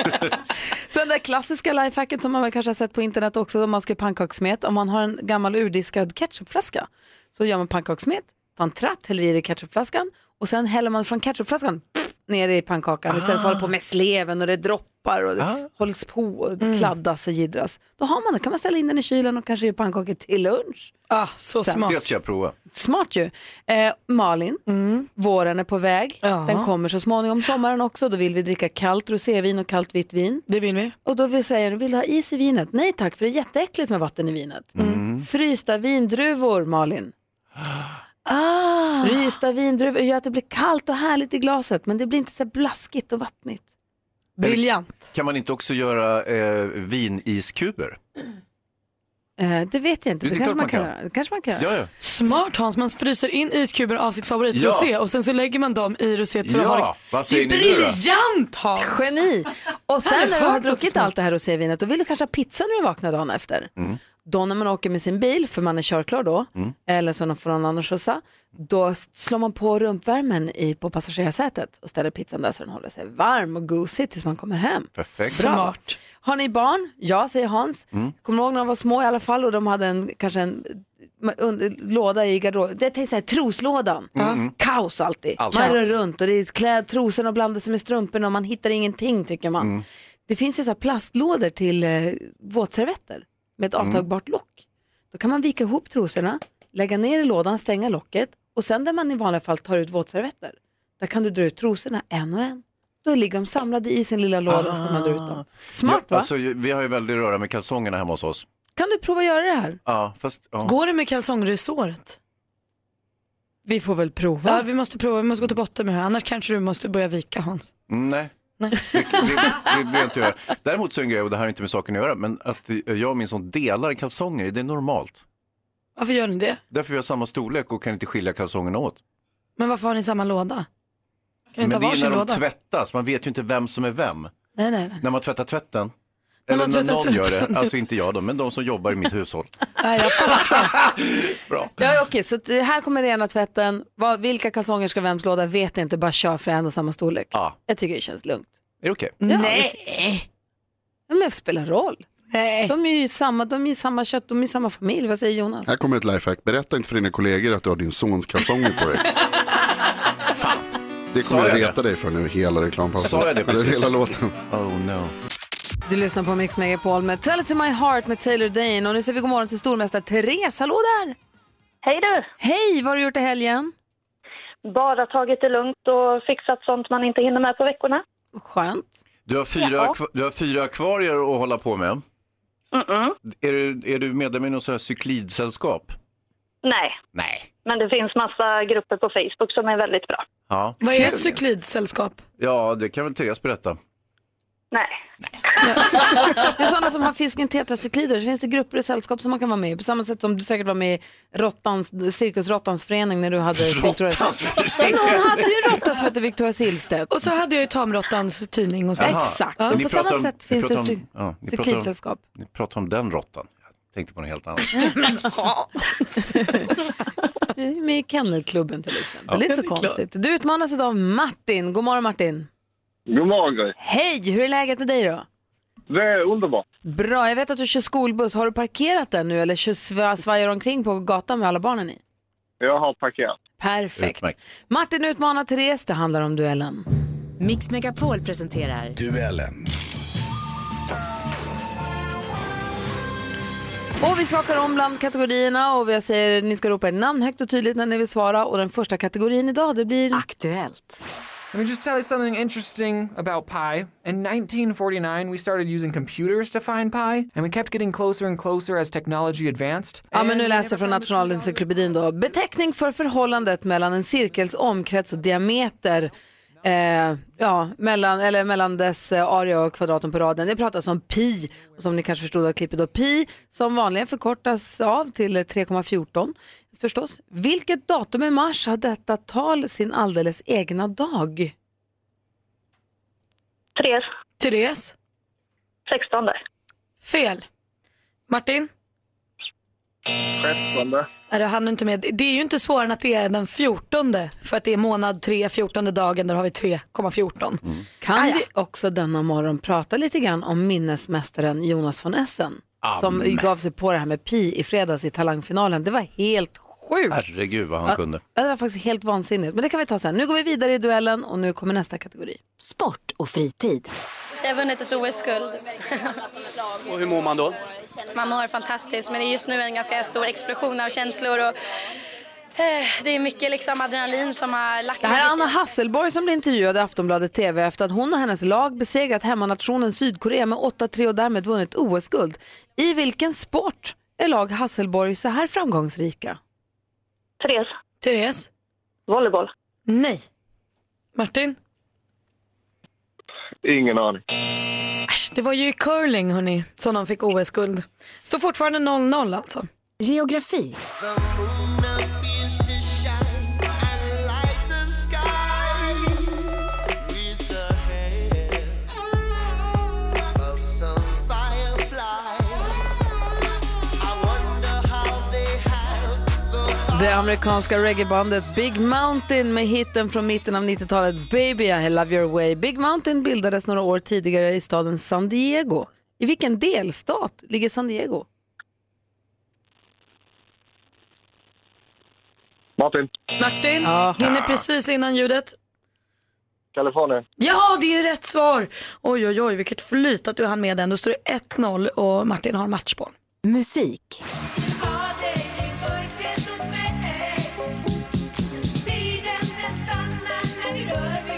Sen det klassiska lifehacket som man väl kanske har sett på internet också, om man ska pannkakssmet. Om man har en gammal urdiskad ketchupflaska så gör man pannkakssmet, tar en tratt, häller i det i ketchupflaskan och sen häller man från ketchupflaskan pff, ner i pannkakan ah. istället för att hålla på med sleven och det droppar och det ah. hålls på och mm. kladdas och gidras. Då har man det, kan man ställa in den i kylen och kanske göra pannkakor till lunch. Ah, så sen, smart. Det ska jag prova. Smart ju. Eh, Malin, mm. våren är på väg. Ja. Den kommer så småningom, sommaren också. Då vill vi dricka kallt rosévin och kallt vitt vin. Det vill vi. Och då vill jag säga, vill du ha is i vinet? Nej tack, för det är jätteäckligt med vatten i vinet. Mm. Frysta vindruvor, Malin. Ah. Frysta vindruvor gör att det blir kallt och härligt i glaset, men det blir inte så blaskigt och vattnigt. Briljant. Kan man inte också göra eh, viniskuber? Uh, det vet jag inte, det, det kanske man kan, kan göra. Det kanske man kan göra. Ja, ja. Smart Hans, man fryser in iskuber av sitt favorit ja. rosé och sen så lägger man dem i roséet för ja. att ha Vad säger det är ni nu då? Briljant Hans! Geni! Och sen när du har druckit allt det här rosévinet, då vill du kanske ha pizza när du vaknar dagen efter. Mm. Då när man åker med sin bil, för man är körklar då, mm. eller så får någon annan skjutsa, då slår man på rumpvärmen i, på passagerarsätet och ställer pizzan där så den håller sig varm och gosig tills man kommer hem. Perfekt. Smart. Har ni barn? Ja, säger Hans. Mm. Kommer ihåg när de var små i alla fall och de hade en, kanske en under, låda i garderoben. Det är så här, troslådan. Mm. Kaos alltid. alltid. Man rör runt och det är kläd, trosorna och blandar sig med strumporna och man hittar ingenting tycker man. Mm. Det finns ju så här plastlådor till eh, våtservetter med ett avtagbart mm. lock. Då kan man vika ihop trosorna, lägga ner i lådan, stänga locket och sen där man i vanliga fall tar ut våtservetter, där kan du dra ut trosorna en och en. Då ligger de samlade i sin lilla låda, ah. ska man dra ut dem. Smart, ja, va? Alltså, vi har ju väldigt röra med kalsongerna hemma hos oss. Kan du prova att göra det här? Ja, fast... Ja. Går det med kalsongresåret? Vi får väl prova. Ja, vi måste prova, vi måste gå till botten med det här. Annars kanske du måste börja vika, Hans. Mm, nej. Nej. Det, det, det, det inte göra. Däremot så är en grej, och det här har inte med saken att göra, men att jag och min son delar kalsonger, det är normalt. Varför gör ni det? Därför vi har samma storlek och kan inte skilja kalsongerna åt. Men varför har ni samma låda? Kan men det är när de tvättas, man vet ju inte vem som är vem. Nej, nej, nej. När man tvättar tvätten. När Eller man när tvättar någon tvätten. gör det, alltså inte jag då, men de som jobbar i mitt hushåll. Nej, jag fattar. Bra. Ja, okej, så t- här kommer rena tvätten. Vad, vilka kalsonger ska vems låda vet inte, bara kör för en och samma storlek. Ja. Jag tycker det känns lugnt. Är det okej? Ja, Nej. Ja, men det spelar roll. Nej. De är ju samma, de är ju samma kött, de är ju samma familj. Vad säger Jonas? Här kommer ett lifehack. Berätta inte för dina kollegor att du har din sons kalsonger på dig. Fan. Det kommer jag reta dig för nu, hela reklampausen. Sa jag det Eller precis? hela låten. Oh no. Du lyssnar på Mix Megapol med Tell It To My Heart med Taylor Dane. Och nu säger vi god morgon till stormästare Therese. Hallå där! Hej du! Hej, vad har du gjort i helgen? Bara tagit det lugnt och fixat sånt man inte hinner med på veckorna. Skönt. Du har fyra, Ja. kva- du har fyra akvarier att hålla på med. Mm-mm. Är du, är du medlem i något sådant här cyklidsällskap? Nej, Nej. men det finns massa grupper på Facebook som är väldigt bra. Ja. Vad är ett cyklidsällskap? Ja, det kan väl Therese berätta. Nej. Det är sådana som har fisken tetracyklider. Så finns det grupper och sällskap som man kan vara med i. På samma sätt som du säkert var med i Rottans, Cirkus Rottans förening när du hade Victoria. Men hon hade ju en råtta som heter Victoria Silvstedt. Och så hade jag ju Tamrottans tidning och så. Aha. Exakt. Ja. Och Ni på pratar samma om- sätt ni finns det pratar om- cy- ja, ni pratar om- cyklidsällskap. Ni pratar om den råttan. Jag tänkte på något helt annat. Du är med i Kennelklubben till exempel. Ja. Lite så konstigt. Du utmanas idag av Martin. God morgon Martin. God morgon, Gry. Hej, hur är läget med dig då? Det är underbart. Bra, jag vet att du kör skolbuss. Har du parkerat den nu eller kör sv- svajar omkring på gatan med alla barnen i? Jag har parkerat. Perfekt. Utmärkt. Martin utmanar Therese, det handlar om duellen. Mix Megapol presenterar Duellen. Och vi skakar om bland kategorierna och vi säger ni ska ropa er namn högt och tydligt när ni vill svara. Och den första kategorin idag, det blir Aktuellt. Let me just tell you something interesting about pi. In nineteen forty-nine, we started using computers to find pi, and we kept getting closer and closer as technology advanced. Ja, men nu läser jag från Nationalencyklopedin då. Beteckning för förhållandet mellan en cirkels omkrets och diameter. Eh, ja, mellan, eller mellan dess eh, area och kvadraten på raden. Det pratas om pi, och som ni kanske förstod av klippet då, pi som vanligen förkortas av till tre komma fjorton förstås. Vilket datum i mars har detta tal sin alldeles egna dag? Therese. Therese? sextonde. Fel. Martin? trettonde. Nej, det hann du inte med. Det är ju inte svårare än att det är den fjortonde. För att det är månad tre, fjortonde dagen. Där har vi tre komma fjorton. Mm. Kan Ah, ja. vi också denna morgon prata lite grann om minnesmästaren Jonas von Essen? Som Amen. gav sig på det här med pi i fredags i talangfinalen. Det var helt sjukt. Herregud vad han Ja, kunde. ja, det var faktiskt helt vansinnigt. Men det kan vi ta sen. Nu går vi vidare i duellen och nu kommer nästa kategori. Sport och fritid. Jag har vunnit ett O S-guld. Och hur mår man då? Man mår fantastiskt, men det är just nu en ganska stor explosion av känslor och eh, det är mycket liksom adrenalin som har lagt Det här är Anna Hasselborg som blev intervjuad i Aftonbladet T V efter att hon och hennes lag besegrat hemmanationen Sydkorea med åtta tre och därmed vunnit O S-guld. I vilken sport är lag Hasselborg så här framgångsrika? Therese. Therese? Volleyboll. Nej. Martin? Ingen aning. Äsch, det var ju i curling, hörni, som de fick O S-guld. Står fortfarande noll noll alltså. Geografi. Det amerikanska reggaebandet Big Mountain med hitten från mitten av nittiotalet Baby I Love Your Way. Big Mountain bildades några år tidigare i staden San Diego. I vilken delstat ligger San Diego? Martin. Martin, Ja. hinner precis innan ljudet. Kalifornien. Ja, det är rätt svar. Oj, oj, oj, vilket flyt att du hann med den. Då står det ett noll och Martin har matchboll. Musik.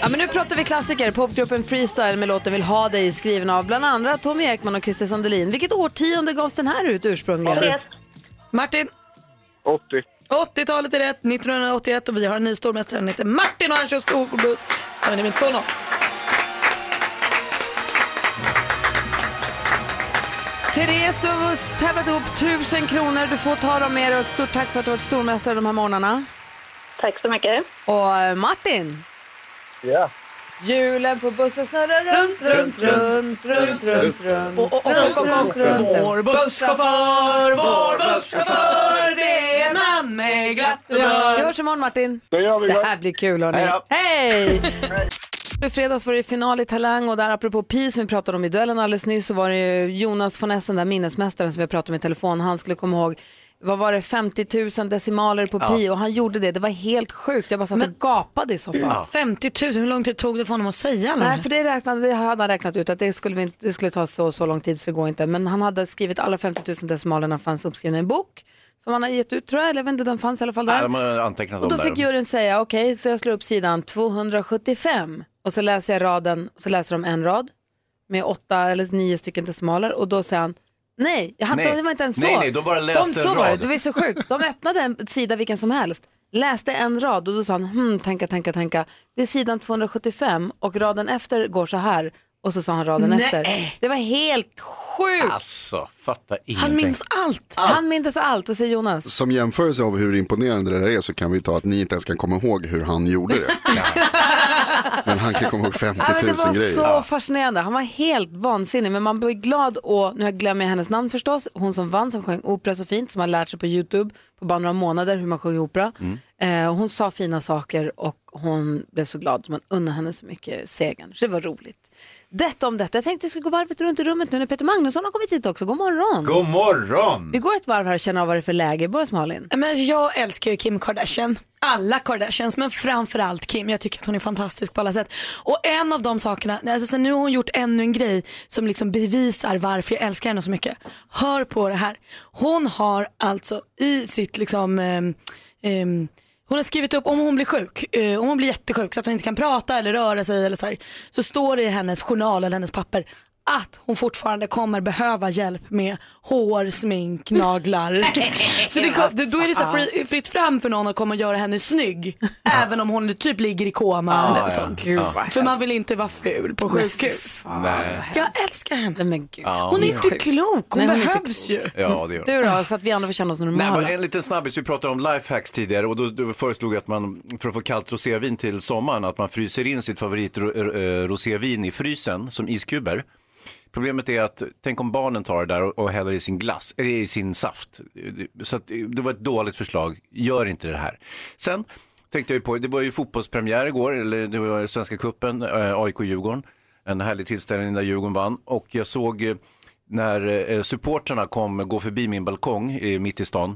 Ja, men nu pratar vi klassiker. Popgruppen Freestyle med låten Vill ha dig, skriven av bland andra Tommy Ekman och Christer Sandelin. Vilket årtionde gavs den här ut ursprungligen? Martin. Martin. åttio. åttiotalet är rätt, nittonhundraåttioett, och vi har en ny stormästare. Han heter Martin och han kör storbuss. Han är min två noll. Therese, du har tävlat upp tusen kronor. Du får ta dem med dig och ett stort tack för att du har varit stormästare de här morgnarna. Tack så mycket. Och Martin? Ja. Hjulen på bussen snurrar runt, runt, runt, runt, runt, runt. Och vår busschaufför, vår busschaufför, det är en man med glatt humör. Vi hörs imorgon, Martin. Det gör vi. Det här blir kul, hörni. Hej! I fredags var det final i Talang, och där apropå pi som vi pratade om i duellen alldeles nyss, så var det Jonas von Essen, där minnesmästaren som vi pratade om i telefon. Han skulle komma ihåg, vad var det, femtio tusen decimaler på pi, ja. Och han gjorde det. Det var helt sjukt. Jag bara satt och gapade i så fall. Ja. femtio tusen, hur lång tid tog det för honom att säga? Eller? Nej, för det, räknade, det hade han räknat ut att det skulle, inte, det skulle ta så, så lång tid, så det går inte. Men han hade skrivit alla femtio tusen decimalerna, fanns uppskrivna i en bok som han har gett ut, tror jag. Eller jag vet inte, den fanns i alla fall där. Ja, de har antecknat och då om fick juryn säga, okej, okay, så jag slår upp sidan tvåhundrasjuttiofem. Och så läser jag raden, och så läser de en rad med åtta eller nio stycken decimaler. Och då säger han, nej, jag hade, nej. det var inte ens så. Nej, nej, de bara läste de, en så rad. Var det, det var så sjukt. De öppnade en sida vilken som helst, läste en rad, och då sa han, hmm, tänka, tänka, tänka. Det är sidan tvåhundrasjuttiofem, och raden efter går så här. Och så sa han raden nej. efter. Det var helt sjukt. Alltså, fatta ingenting. Han minns allt. allt. Han minns allt. Vad säger Jonas? Som jämförelse av hur imponerande det där är, så kan vi ta att ni inte ens kan komma ihåg hur han gjorde det. Men han kan komma ihåg femtio tusen ja, det grejer. var så ja. fascinerande. Han var helt vansinnig. Men man blir glad, och nu glömmer jag hennes namn förstås. Hon som vann, som sjöng opera så fint, som har lärt sig på YouTube på bara några månader hur man sjunger opera. Mm. Eh, hon sa fina saker, och hon blev så glad. Man unnar henne så mycket segern. Så det var roligt. Detta om detta. Jag tänkte att jag skulle gå varvet runt i rummet nu när Peter Magnusson har kommit hit också. God morgon. God morgon. Vi går ett varv här och känner av vad det är för läge. Börja Malin. Men jag älskar ju Kim Kardashian. Alla Kardashians, men framförallt Kim. Jag tycker att hon är fantastisk på alla sätt. Och en av de sakerna, alltså, så nu har hon gjort ännu en grej som liksom bevisar varför jag älskar henne så mycket. Hör på det här. Hon har alltså i sitt liksom... Um, um, hon har skrivit upp om hon blir sjuk, eh, om hon blir jättesjuk så att hon inte kan prata eller röra sig eller så här, så står det i hennes journal eller hennes papper att hon fortfarande kommer behöva hjälp med hår, smink, naglar. Så det, då är det så fri, fritt fram för någon att komma och göra henne snygg. Även om hon typ ligger i koma ah, eller sånt. Ja. För man vill inte vara ful på sjukhus. Nej. Jag älskar henne. Men gud. Ja, hon är inte klok, hon Nej, behövs ju. Ja, det gör. Du då, så att vi andra får känna oss normala. Nej, men en liten snabbis, vi pratade om lifehacks tidigare, och då, då föreslog jag att man, för att få kallt rosévin till sommaren, att man fryser in sitt favorit ro, ro, rosévin i frysen som iskuber. Problemet är att, tänk om barnen tar det där och, och häller i sin glass, eller i sin saft. Så att, det var ett dåligt förslag. Gör inte det här. Sen tänkte jag ju på, det var ju fotbollspremiär igår, eller det var Svenska cupen, äh, A I K-Djurgården. En härlig tillställning där Djurgården vann. Och jag såg eh, när eh, supporterna kom gå förbi min balkong eh, mitt i stan.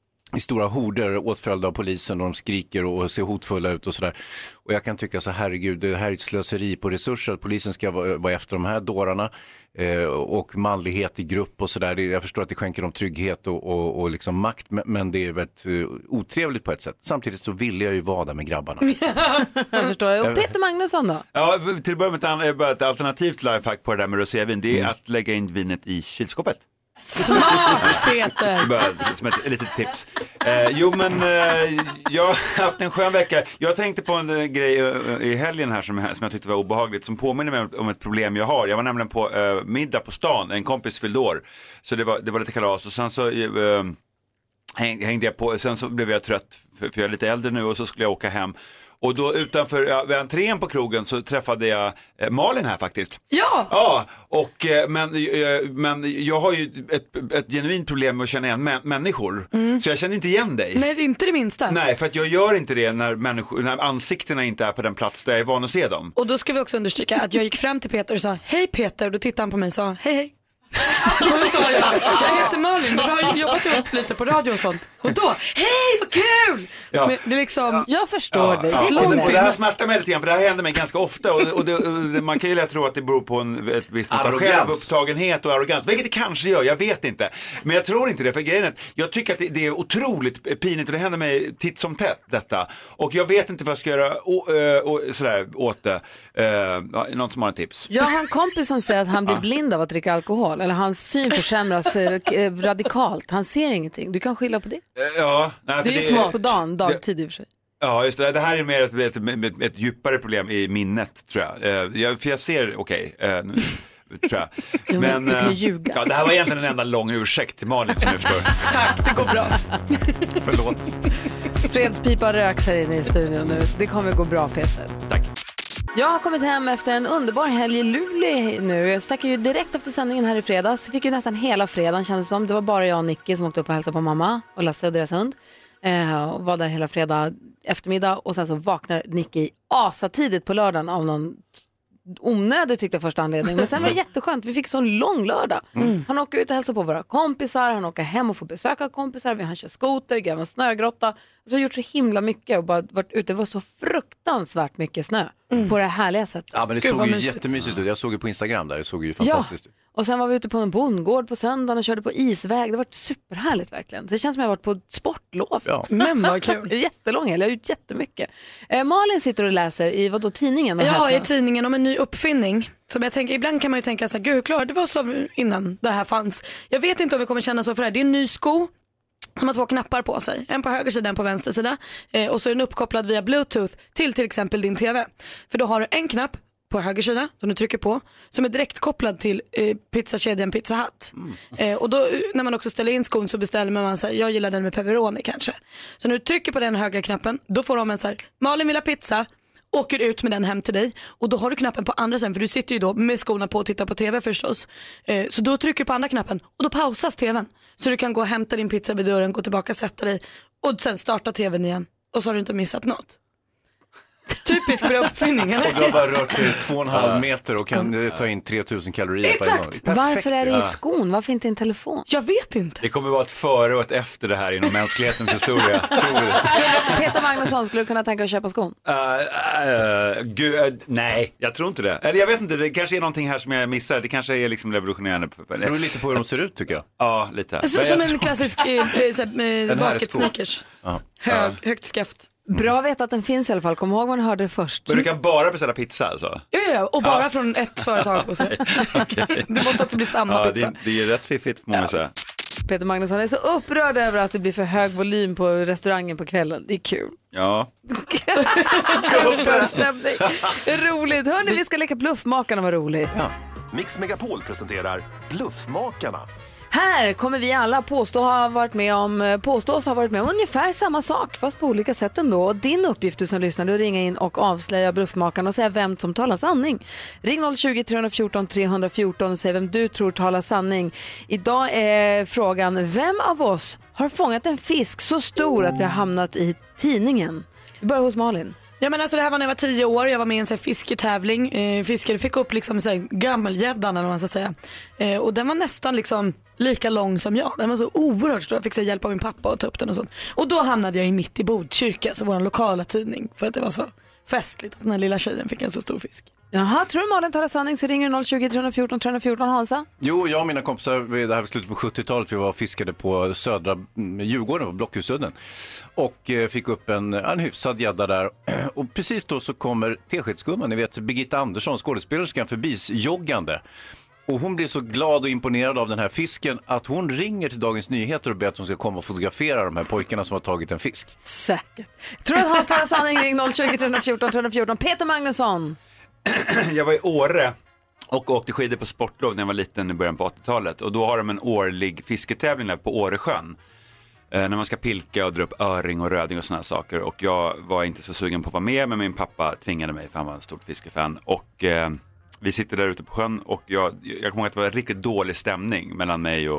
I stora horder åtföljda av polisen, och de skriker och ser hotfulla ut och sådär. Och jag kan tycka så, herregud, det här är ett slöseri på resurser. Att polisen ska vara, vara efter de här dårarna eh, och manlighet i grupp och sådär. Jag förstår att det skänker dem trygghet och, och, och liksom makt, men det är väldigt uh, otrevligt på ett sätt. Samtidigt så vill jag ju vara där med grabbarna. Jag förstår. Och Peter Magnusson då? Ja, till att börja med ett, ett alternativt lifehack på det där med rosévin. Det är mm. att lägga in vinet i kylskåpet. Smart, Peter! Bara som ett litet tips. Eh, jo, men eh, jag har haft en skön vecka. Jag tänkte på en uh, grej uh, i helgen här som, som jag tyckte var obehagligt, som påminner mig om, om ett problem jag har. Jag var nämligen på uh, middag på stan, en kompis fyllde år. Så det var, det var lite kalas, och sen så uh, hängde jag på. Sen så blev jag trött, för, för jag är lite äldre nu, och så skulle jag åka hem. Och då utanför ja, vid entrén på krogen så träffade jag eh, Malin här faktiskt. Ja! Ja, och, eh, men, eh, men jag har ju ett, ett genuint problem med att känna igen mä- människor. Mm. Så jag känner inte igen dig. Nej, det är inte det minsta. Nej, för att jag gör inte det när, människor, när ansiktena inte är på den plats där jag är van att se dem. Och då ska vi också understryka att jag gick fram till Peter och sa, hej Peter, och då tittade han på mig och sa, hej hej. Då sa jag, jag heter Malin, vi har jobbat ihop lite på radio och sånt. Och då, hej vad kul! Ja. Men det är liksom, jag förstår ja, det. Ja, det, och det, och det här smärtar mig lite grann, för det här händer mig ganska ofta. Och, och, det, och det, man kan ju lätt tro att det beror på en ett visst mått av självupptagenhet och arrogans. Vilket det kanske gör, jag vet inte. Men jag tror inte det, för grejen är att jag tycker att det, det är otroligt pinigt och det händer mig titt som tätt detta. Och jag vet inte vad jag ska göra och, och, och, sådär, åt det. Uh, någon som har en tips? Jag har en kompis som säger att han blir blind av att dricka alkohol. Eller hans syn försämras eh, radikalt. Han ser ingenting. Du kan skilja på det. Ja, nej, det är ju små på dagen, dagtid i och för sig. Ja, just det. Det här är mer ett, ett, ett, ett djuppare problem i minnet, tror jag. jag för jag ser, okej, okay, uh, tror jag. Jo, men du kan ju ljuga. Ja, det här var egentligen en enda lång ursäkt till Malin, som jag förstår. Tack, det går bra. Förlåt. Fredspipa röks här inne i studion nu. Det kommer gå bra, Peter. Tack. Jag har kommit hem efter en underbar helg i Luleå nu. Jag stack ju direkt efter sändningen här i fredags. Jag fick ju nästan hela fredagen, kändes som. Det var bara jag och Nicky som åkte upp och hälsade på mamma och Lasse och deras hund. Eh, och var där hela fredag eftermiddag. Och sen så vaknade Nicky asatidigt på lördagen av någon onödig tyckte jag första anledning. Men sen var det jätteskönt. Vi fick så en lång lördag. Mm. Han åker ut och hälsar på våra kompisar. Han åker hem och får besöka kompisar. Han kör skoter, gräver en snögrotta. Alltså jag har gjort så himla mycket och bara varit ute. Det var så fruktansvärt mycket snö mm. på det härliga sättet. Ja, men det Gud, såg ju mysigt. Jättemysigt ut. Jag såg ju på Instagram där. Det såg ju fantastiskt ut. Ja. Och sen var vi ute på en bondgård på söndagen och körde på isväg. Det var superhärligt verkligen. Det känns som jag har varit på ett sportlov. Ja. Men vad kul. Jättelång helg. Jag har gjort jättemycket. Eh, Malin sitter och läser i vad då, tidningen? Ja, i tidningen om en ny uppfinning. Som jag tänker, ibland kan man ju tänka så här, gud klart det var så innan det här fanns. Jag vet inte om vi kommer känna så för det här. Det är en ny sko som har två knappar på sig. En på höger sida, en på vänster sida. Eh, och så är den uppkopplad via Bluetooth till till exempel din tv. För då har du en knapp på höger sida som du trycker på som är direkt kopplad till eh, pizzakedjan Pizza Hut. Mm. Eh, och då när man också ställer in skon så beställer man så här, jag gillar den med pepperoni kanske. Så när du trycker på den högra knappen då får de en så här, Malin vill ha pizza, åker ut med den hem till dig och då har du knappen på andra sidan för du sitter ju då med skorna på och tittar på tv förstås. Eh, så då trycker du på andra knappen och då pausas tvn. Så du kan gå och hämta din pizza vid dörren, gå tillbaka, sätta dig och sen starta tvn igen och så har du inte missat något. Typisk bra uppfinning, eller? Och du har bara rört dig två och en halv meter och kan ta in tre tusen kalorier Exakt. på en gång. Varför är det i skon? Varför inte en telefon? Jag vet inte. Det kommer vara ett före och ett efter det här inom mänsklighetens historia. Skulle Peter Magnusson skulle kunna tänka att köpa skon? Uh, uh, gud, nej, jag tror inte det. Eller jag vet inte, det kanske är någonting här som jag missar. Det kanske är liksom revolutionerande. Det beror lite på hur de ser ut tycker jag. Ja, lite. Så, som en klassisk eh, basketsneakers. Hög, högt skaft. Bra att veta att den finns i alla fall. Kom ihåg vad man hörde först. Men du kan bara beställa pizza alltså? Ja, ja, och bara ja. Från ett företag. Och så. Okay. Det måste också bli samma ja, pizza. Det, det är rätt fiffigt får man yes. säga. Peter Magnusson är så upprörd över att det blir för hög volym på restaurangen på kvällen. Det är kul. Ja. Upprörstämning. Roligt. Hörni, vi ska leka Bluffmakarna, vad roligt. Ja. Mix Megapol presenterar Bluffmakarna. Här kommer vi alla påstå ha varit med om påstås ha varit med om ungefär samma sak fast på olika sätt ändå. Och din uppgift du som lyssnar är att ringa in och avslöja Bluffmakarna och säga vem som talar sanning. Ring noll tjugo, tre fjorton, tre fjorton och säg vem du tror talar sanning. Idag är frågan, vem av oss har fångat en fisk så stor att vi har hamnat i tidningen? Vi börjar hos Malin. Ja, men alltså det här var när jag var tio år, jag var med i en så här, fisketävling. Eh, fiskare fick upp liksom så här, gammelgäddan eller vad man ska säga. Eh, och den var nästan liksom lika lång som jag. Den var så oerhört stor. Jag fick så hjälp av min pappa att ta upp den och sånt. Och då hamnade jag i mitt i Botkyrka, så vår lokala tidning. För att det var så festligt att den här lilla tjejen fick en så stor fisk. Jaha, tror du Malin talar sanning så ringer noll tjugo, tre fjorton, tre fjorton Hansa. Jo, jag och mina kompisar, det här var slutet på sjuttiotalet, vi var fiskade på södra Djurgården, på Blockhusudden. Och fick upp en, en hyfsad gädda där. Och precis då så kommer teskedsgumman, ni vet Birgitta Andersson, skådespelerskan, förbis joggande. Och hon blir så glad och imponerad av den här fisken att hon ringer till Dagens Nyheter och ber att hon ska komma och fotografera de här pojkarna som har tagit en fisk. Säkert. Tror du att Hans talar sanning? Ring noll tjugo, tre fjorton, tre fjorton. Peter Magnusson. Jag var i Åre och åkte skidor på sportlov när jag var liten i början på åttiotalet. Och då har de en årlig fisketävling där på Åresjön. Eh, när man ska pilka och dra upp öring och röding och såna saker. Och jag var inte så sugen på att vara med, men min pappa tvingade mig för han var en stort fiskefan. Och eh, vi sitter där ute på sjön och jag, jag kommer ihåg att det var en riktigt dålig stämning mellan mig och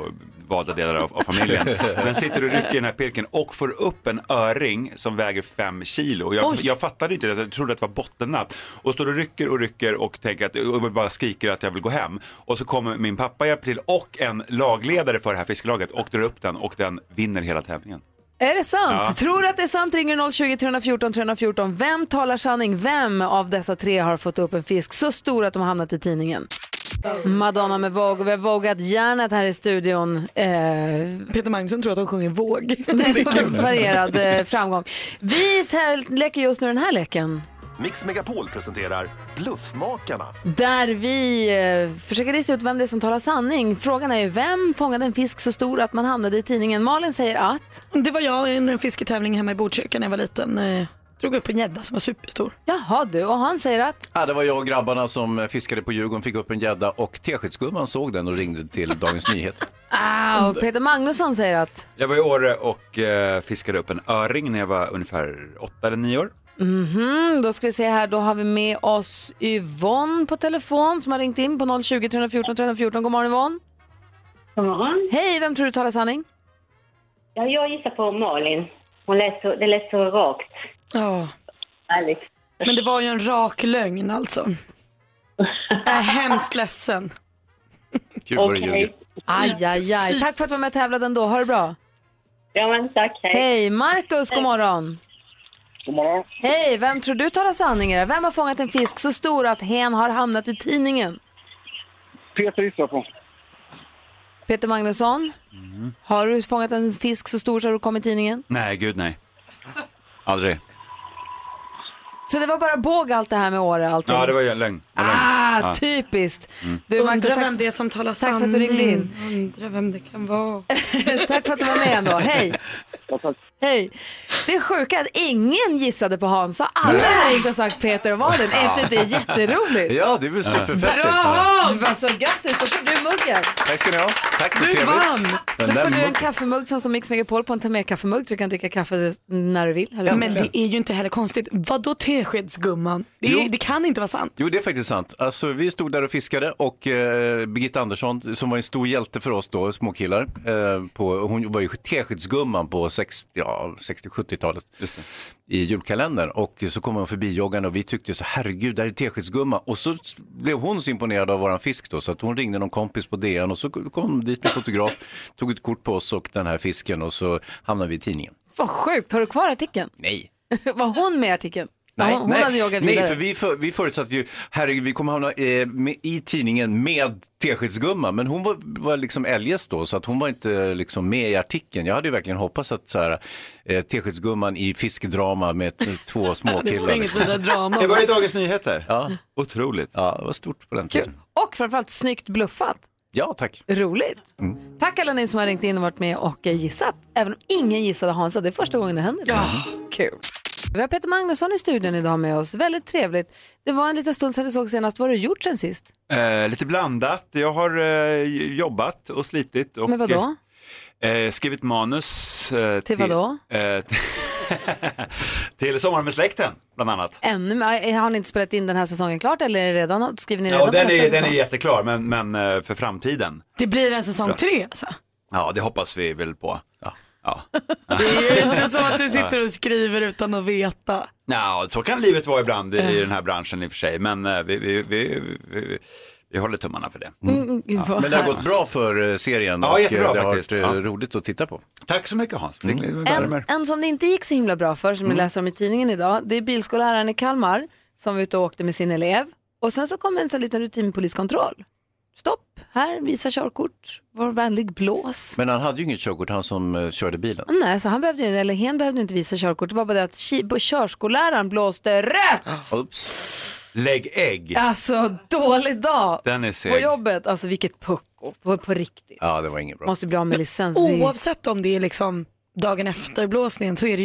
valda delar av, av familjen. Men sitter och rycker i den här pirken och får upp en öring som väger fem kilo. Jag, jag fattade inte det, jag trodde att det var bottennapp. Och står och rycker och rycker och tänker att, och bara skriker att jag vill gå hem. Och så kommer min pappa hjälpa till och en lagledare för det här fiskelaget och drar upp den och den vinner hela tävlingen. Är det sant? Ja. Tror du att det är sant? Ringer noll tjugo, tre fjorton, tre fjorton. Vem talar sanning? Vem av dessa tre har fått upp en fisk så stor att de har hamnat i tidningen? Madonna med Våg, och vi har vågat hjärnet här i studion. Eh, Peter Magnusson tror att de sjunger Våg. Med varierad eh, framgång. Vi leker just nu den här leken. Mix Megapol presenterar Bluffmakarna. Där vi eh, försöker lista ut vem det är som talar sanning. Frågan är ju, vem fångade en fisk så stor att man hamnade i tidningen? Malin säger att... Det var jag i en fisketävling hemma i Botkyrka när jag var liten. Eh, drog upp en gädda som var superstor. Jaha du, och han säger att... Ja, det var jag och grabbarna som fiskade på Djurgården, fick upp en gädda och teskedsgumman såg den och ringde till Dagens Nyheter. Ah, och Peter Magnusson säger att... Jag var i Åre och eh, fiskade upp en öring när jag var ungefär åtta eller nio år. Mhm, då ska vi se här, då har vi med oss Yvonne på telefon som har ringt in på noll tjugo, tre fjorton, tre fjorton. God morgon Yvonne. God morgon. Hej, vem tror du talar sanning? Ja, jag gissar på Malin. Hon lät så, det lät så rakt. Ja. Ärligt. Men det var ju en rak lögn alltså. Jag är hemskt ledsen. Gud vad det ljuger. Aj, aj, aj. Tack för att du var med och tävlade ändå. Ha det bra. Ja, men tack. Hej. Hej, Marcus, god morgon. God morgon. Hej, vem tror du talar sanning? Vem har fångat en fisk så stor att hen har hamnat i tidningen? Peter gissar på. Peter Magnusson, mm. har du fångat en fisk så stor så har du kommit i tidningen? Nej, gud nej. Aldrig. Så det var bara båg allt det här med Åre? Allting. Ja, det var ju en lögn. Ah, ja. Typiskt. Mm. Du, Undrar Marcus, vem det är som talar sanning. Tack för att du ringde in. Undrar vem det kan vara. Tack för att du var med ändå. Hej. Ja, tack. Hej. Det är sjukt att ingen gissade på Hans. Alla har inte sagt Peter och Malin. Är inte det jätteroligt? Ja, det är väl superfestigt. Bra! Alltså, grattis, då får du muggen. Tack ska ni ha. Tack, Du trevligt. vann. Då Den där får du en muggen. kaffemugg som står Mix Megapol på en ta med kaffemugg så du kan dricka kaffe när du vill. Ja, men det är ju inte heller konstigt. Vadå teskedsgumman? Det, är, det kan inte vara sant. Jo, det är faktiskt sant. Alltså, vi stod där och fiskade och eh, Birgitta Andersson, som var en stor hjälte för oss då, småkillar, eh, på, hon var ju teskedsgumman på sextio, ja, sextio-sjuttiotalet i julkalendern. Och så kom hon förbi joggan och vi tyckte så, herregud, där är teskedsgumman. Och så blev hon så imponerad av våran fisk då, så att hon ringde någon kompis på D N och så kom hon dit med fotograf, tog ett kort på oss och den här fisken och så hamnade vi i tidningen. Vad sjukt, har du kvar artikeln? Nej. Var hon med i artikeln? Nej, hon, hon nej, hade joggat vidare. nej, för vi, för, vi förutsatte ju, herregud, vi kommer hamna eh, med, i tidningen med teskedsgumman, men hon var, var liksom eljest då, så att hon var inte liksom med i artikeln. Jag hade ju verkligen hoppats att så här, eh, teskedsgumman i fiskdrama med t- två små killar. Det var inget vidare drama. Det var i Dagens Nyheter. Ja. Otroligt. Ja, det var stort på den tiden. Och framförallt snyggt bluffat. Ja, tack. Roligt. Mm. Tack alla ni som har ringt in och varit med och gissat. Även om ingen gissade Hansa, det är första gången det händer. Ja. Kul. Vi har Peter Magnusson i studion idag med oss. Väldigt trevligt. Det var en liten stund sedan vi såg senast. Vad har du gjort sen sist? Eh, lite blandat. Jag har eh, jobbat och slitit. Och, Men vadå? Eh, skrivit manus. Eh, till vadå? Eh, till Sommar med släkten, bland annat. Ännu, har ni inte spelat in den här säsongen klart eller är det redan, skriver ni redan Ja, på den nästa är, säsong? den är jätteklar, men, men eh, för framtiden. Det blir en säsong tre alltså? Ja, det hoppas vi väl på. Ja. Ja. Det är ju inte så att du sitter och skriver utan att veta. Ja, så kan livet vara ibland i den här branschen i och för sig. Men uh, vi, vi, vi, vi, vi håller tummarna för det. Mm. Ja. Men det har gått bra för serien ja, och jättebra, det har faktiskt. varit Ja. roligt att titta på. Tack så mycket Hans. Det mm. en, en som det inte gick så himla bra för, som mm. ni läser om i tidningen idag, det är bilskolläraren i Kalmar som var ute och åkte med sin elev. Och sen så kom en sån liten rutinpoliskontroll. Stopp, här, visa körkort, var vänlig, blås. Men han hade ju inget körkort, han som uh, körde bilen. Nej, så han behövde, eller hen behövde inte visa körkort. Det var bara det att ki- körskolläraren blåste rött. Oops. Lägg ägg. Alltså, dålig dag. Den är seg. På jobbet, alltså vilket pucko, på, på riktigt. Ja, det var inget bra. Måste bli av med licens. Oavsett om det är liksom dagen efter blåsningen så är det ju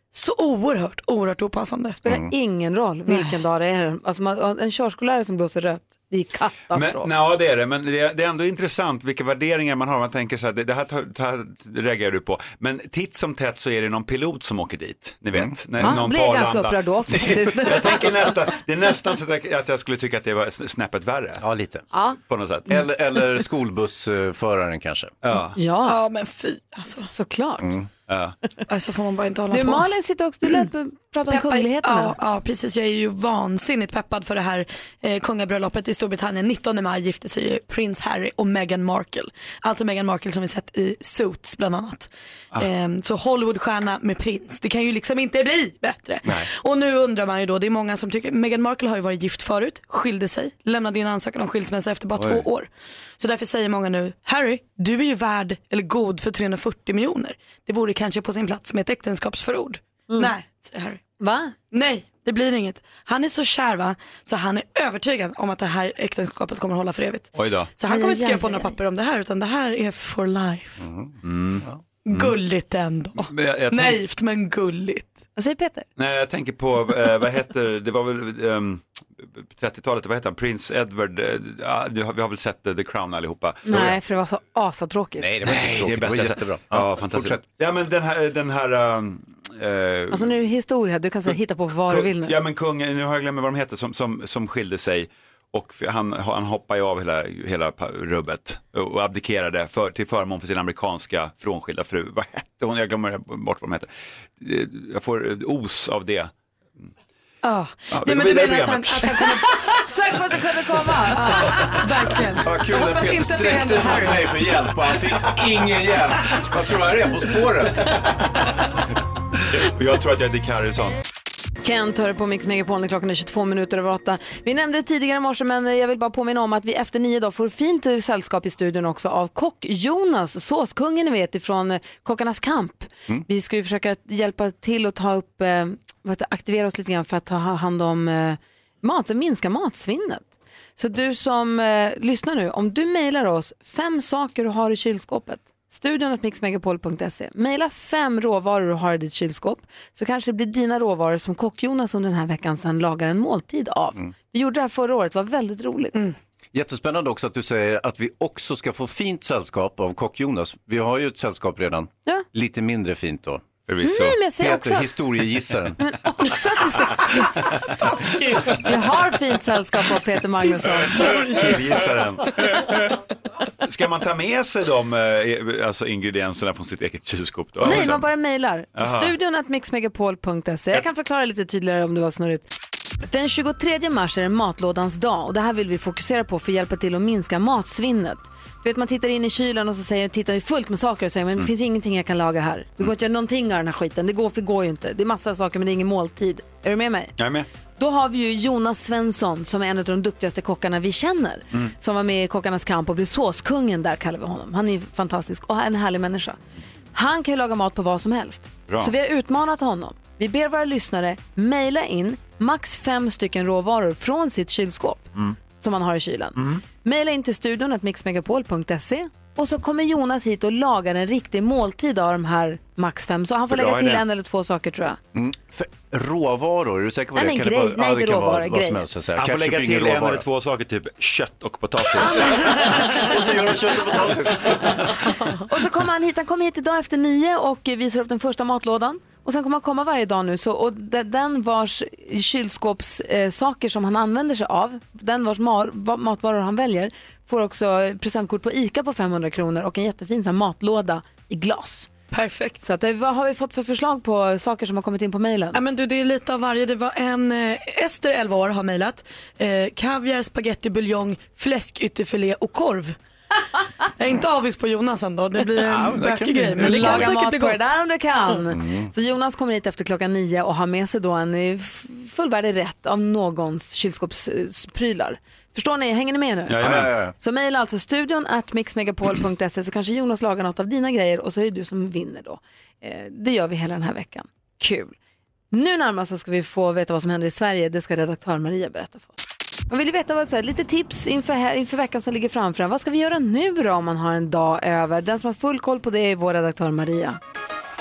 Så oerhört, oerhört opassande. Det spelar mm. ingen roll vilken dag det är. Alltså man, en körskollärare som blåser rött, det är katastrof. Men, ja, det är det. Men det är, det är ändå intressant vilka värderingar man har. Man tänker så här, det, det, här, det här reagerar du på. Men titt som tätt så är det någon pilot som åker dit. Ni vet. Mm. När, ja, någon blir jag ganska upprörd då också. Jag tänker nästan, det är nästan så att jag, att jag skulle tycka att det var snäppet värre. Ja, lite. Ja. På något sätt. Mm. Eller, eller skolbussföraren kanske. Ja. Ja. Ja, men fy. Alltså. Såklart. Mm. Ja. Alltså får man bara inte hålla du, på. Malin sitter också, du lät prata om kungligheterna. Ja, ja, precis. Jag är ju vansinnigt peppad för det här eh, kungabröllopet i Storbritannien. nittonde maj gifte sig ju prins Harry och Meghan Markle. Alltså Meghan Markle som vi sett i Suits bland annat. Ah. Eh, så Hollywoodstjärna med prins. Det kan ju liksom inte bli bättre. Nej. Och nu undrar man ju då, det är många som tycker, Meghan Markle har ju varit gift förut, skilde sig, lämnade in ansökan om skilsmässa efter bara Oj. två år. Så därför säger många nu, Harry, du är ju värd eller god för trehundrafyrtio miljoner. Det vore kanske på sin plats med ett äktenskapsförord. Mm. Nej, säger Harry. Va? Nej, det blir inget. Han är så kär, va? Så han är övertygad om att det här äktenskapet kommer att hålla för evigt. Oj då. Så han kommer inte skriva på några papper om det här, utan det här är for life. Mm. Mm. Mm. Gulligt ändå. Men jag, jag Naivt tänk... men gulligt. Vad säger Peter? Nej, jag tänker på, eh, vad heter, det var väl um, trettiotalet, vad heter han? Prins Edward, ja, vi har väl sett The Crown allihopa. Nej, för det var så asatråkigt. Nej, det var inte tråkigt, det, det var jättebra. Ja, fantastiskt. Fortsätt. Ja, men den här, den här um, Uh, alltså nu är det historia, du kan säga hitta på vad du vill nu. Ja, men kungen, nu har jag glömt vad de heter, som, som, som skilde sig och han, han hoppade av hela, hela rubbet och abdikerade för, till förmån för sin amerikanska frånskilda fru. Vad hette hon? Jag glömmer bort vad de heter. Jag får os av det. Oh. Ja, det men du menar att han, att han kunde... Tack för att du kunde komma. Ja, verkligen. Ja, kul att Peter sträckte sig med mig för hjälp och han fick ingen hjälp. Jag tror jag är på spåret. Jag tror att jag är Dick Harrison. Kent hör på Mix Megapol när klockan är tjugotvå minuter över åtta. Vi nämnde det tidigare i morse, men jag vill bara påminna om att vi efter nio dag får fint sällskap i studion också av kock Jonas, såskungen ni vet ifrån Kockarnas kamp. Mm. Vi ska ju försöka hjälpa till att ta upp, eh, vad aktivera oss lite grann för att ta hand om eh, mat och minska matsvinnet. Så du som eh, lyssnar nu, om du mejlar oss fem saker du har i kylskåpet, studion at mixmegapol punkt se. Maila fem råvaror du har i ditt kylskåp, så kanske det blir dina råvaror som kock Jonas under den här veckan sen lagar en måltid av. Mm. Vi gjorde det här förra året, det var väldigt roligt. Mm. Jättespännande också att du säger att vi också ska få fint sällskap av kock Jonas. Vi har ju ett sällskap redan, ja. Lite mindre fint då. Förvisso. Nej, men jag säger Peter, också... historiegissaren. Men också att vi ska... Vi har fint sällskap av Peter Magnusson. Historiegissaren. Ska man ta med sig de alltså ingredienserna från sitt eget kylskåp då? Nej, man bara mejlar. studion at mixmegapol punkt se. Jag kan förklara lite tydligare om det var snurrigt. Den tjugotredje mars är det matlådans dag och det här vill vi fokusera på för att hjälpa till att minska matsvinnet. Du vet, man tittar in i kylen och så säger, tittar det fullt med saker och säger, men det mm. finns ju ingenting jag kan laga här. Det går inte att göra någonting av den här skiten. Det går, för går ju inte. Det är massa saker men det är ingen måltid. Är du med mig? Jag är med. Då har vi ju Jonas Svensson som är en av de duktigaste kockarna vi känner. Mm. Som var med i Kockarnas kamp och blev såskungen, där kallar vi honom. Han är fantastisk och en härlig människa. Han kan ju laga mat på vad som helst. Bra. Så vi har utmanat honom. Vi ber våra lyssnare mejla in max fem stycken råvaror från sitt kylskåp. Mm. Som man har i kylen. Mm. Maila in till studion at mixmegapol punkt se och så kommer Jonas hit och lagar en riktig måltid av de här max fem. Så han får lägga till en eller två saker tror jag. Mm. För råvaror, är du säker på nej, det? Men kan grej, det vara, nej, ja, det inte råvaror, vara, grejer. Helst, han får lägga till en eller två saker, typ kött och potatis. Och så gör han kött och potatis. Och så kommer han hit, han kommer hit idag efter nio och visar upp den första matlådan. Och sen kommer han komma varje dag nu. Så, och den vars kylskåpssaker eh, som han använder sig av, den vars mar, matvaror han väljer, får också presentkort på ICA på femhundra kronor och en jättefin så här, matlåda i glas. Perfekt. Så att, vad har vi fått för förslag på saker som har kommit in på mejlen? Ja, men du, det är lite av varje. Det var en eh, Ester, elva år, har mejlat. Eh, kaviar, spaghetti, buljong, fläskytterfilé och korv. Jag är inte avis på Jonas ändå. Det blir en ja, bökig grej. Men det laga mat på det där om du kan. Mm. Så Jonas kommer hit efter klockan nio och har med sig då en fullvärdig rätt av någons kylskåpsprylar. Förstår ni? Hänger ni med nu? Ja, ja, ja. Så mejla alltså studion at mixmegapol punkt se så kanske Jonas lagar något av dina grejer och så är det du som vinner då. Eh, det gör vi hela den här veckan. Kul. Nu närmast så ska vi få veta vad som händer i Sverige. Det ska redaktör Maria berätta för oss. Man vill ju veta vad, så här, lite tips inför, inför veckan som ligger framför en. Vad ska vi göra nu då om man har en dag över? Den som har full koll på det är vår redaktör Maria.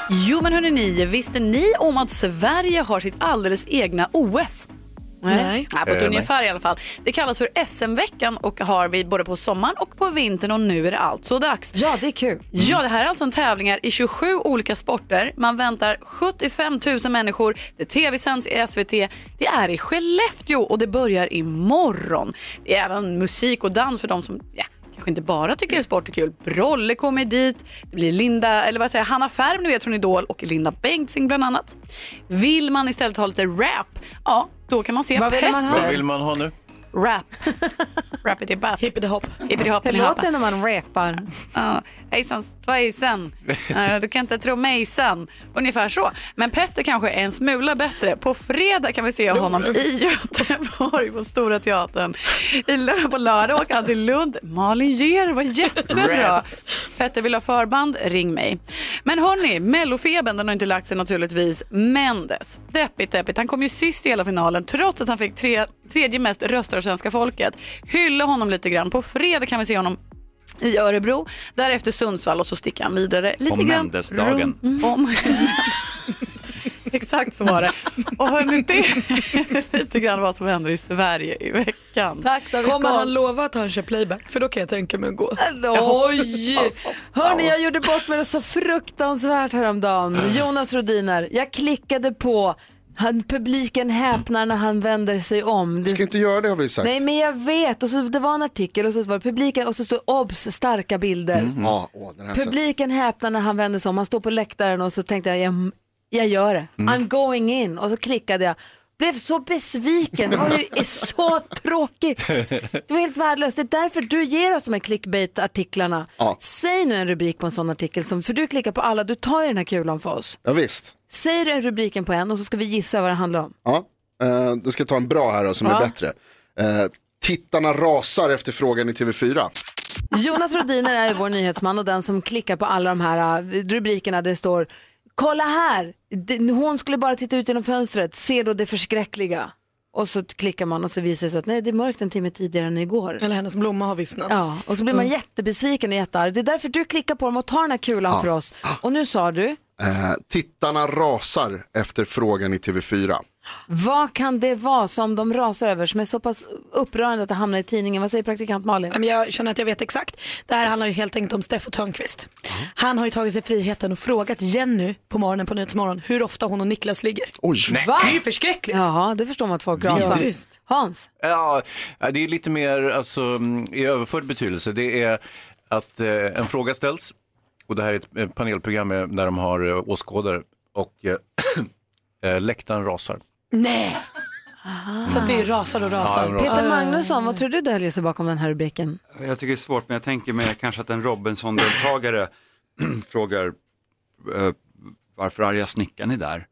Jo men hörni ni, visste ni om att Sverige har sitt alldeles egna O S? Nej. Ja, på ett Eh, ungefär i alla fall. Det kallas för S M-veckan och har vi både på sommaren och på vintern och nu är det alltså dags. Ja, det är kul. Ja, det här är alltså en tävlingar i tjugosju olika sporter. Man väntar sjuttiofem tusen människor. Det tv-sänds i S V T. Det är i Skellefteå och det börjar imorgon. Det är även musik och dans för de som... Ja, kanske inte bara tycker att sport är kul. Brolle kommer dit. Det blir Linda, eller vad säger jag, Hanna Färm, ni vet från Idol, och Linda Bengtzing bland annat. Vill man istället ha lite rap, ja, då kan man se Vad vill Petter. man ha? Vad vill man ha nu? Rap. Rappity bap. Hippity hopp. Hippity hopp. Det låter när man rapar. Ja, hejsan svejsan. Uh, du kan inte tro mejsan. Ungefär så. Men Petter kanske är en smula bättre. På fredag kan vi se honom i Göteborg på Stora Teatern. I, på lördag åker han till Lund. Malin ger, var jättebra. Petter vill ha förband, ring mig. Men hörni, Mellofeben, den har inte lagt sig naturligtvis. Mendes, deppigt, deppigt. Han kom ju sist i hela finalen trots att han fick tre, tredje mest röster av svenska folket. Hylla honom lite grann. På fredag kan vi se honom i Örebro, därefter Sundsvall och så sticker han vidare lite Om grann Mendesdagen. runt om. Exakt så var det. Och hörni, det är lite grann vad som händer i Sverige i veckan. Tack, David. Kommer han lova att han kör playback? För då kan jag tänka mig att gå. Oj! Hörni, jag gjorde bort mig så fruktansvärt häromdagen. Jonas Rodiner, jag klickade på han, publiken häpnar när han vänder sig om. Du ska inte göra det, har vi sagt. Nej, men jag vet. Och så, det var en artikel och så var det publiken och så stod obs, starka bilder. Mm. Ja, åh, den här Publiken häpnar när han vänder sig om. Han står på läktaren och så tänkte jag, jag, jag gör det. Mm. I'm going in. Och så klickade jag. Blev så besviken. Det var ju så tråkigt. Det var helt värdelöst. Det är därför du ger oss de här clickbait-artiklarna. Ja. Säg nu en rubrik på en sån artikel. Som, för du klickar på alla. Du tar ju den här kulan för oss. Ja, visst. Säg du en rubriken på en och så ska vi gissa vad det handlar om. Ja, uh, du ska ta en bra här då, som ja. är bättre. Uh, tittarna rasar efter frågan i T V fyra. Jonas Rodiner är vår nyhetsman och den som klickar på alla de här uh, rubrikerna där det står: kolla här, hon skulle bara titta ut genom fönstret, ser då det förskräckliga. Och så klickar man och så visar det sig att nej, det är mörkt en timme tidigare än igår. Eller hennes blomma har vissnat. Ja, och så blir man mm. jättebesviken och jättearg. Det är därför du klickar på dem och tar den här kulan ja. för oss. Och nu sa du? Eh, tittarna rasar efter frågan i T V fyra. Vad kan det vara som de rasar över som är så pass upprörande att det hamnar i tidningen? Vad säger praktikant Malin? Jag känner att jag vet exakt. Det här handlar ju helt enkelt om Steffo Törnqvist. Mm. Han har ju tagit sig friheten och frågat Jenny på morgonen på Nyhetsmorgon hur ofta hon och Niklas ligger. Oj, Va? Det är ju förskräckligt. Ja, det förstår man att folk rasar. Ja, Hans? Ja, det är lite mer alltså, i överförd betydelse. Det är att eh, en fråga ställs. Och det här är ett panelprogram där de har eh, åskådare och eh, läktaren rasar. Nej. Aha. Så att det är rasar och rasar. Ja, rasar. Peter Magnusson, vad tror du döljer sig bakom den här rubriken? Jag tycker det är svårt, men jag tänker mig kanske att en Robinson-deltagare frågar uh, varför arga snickaren är där.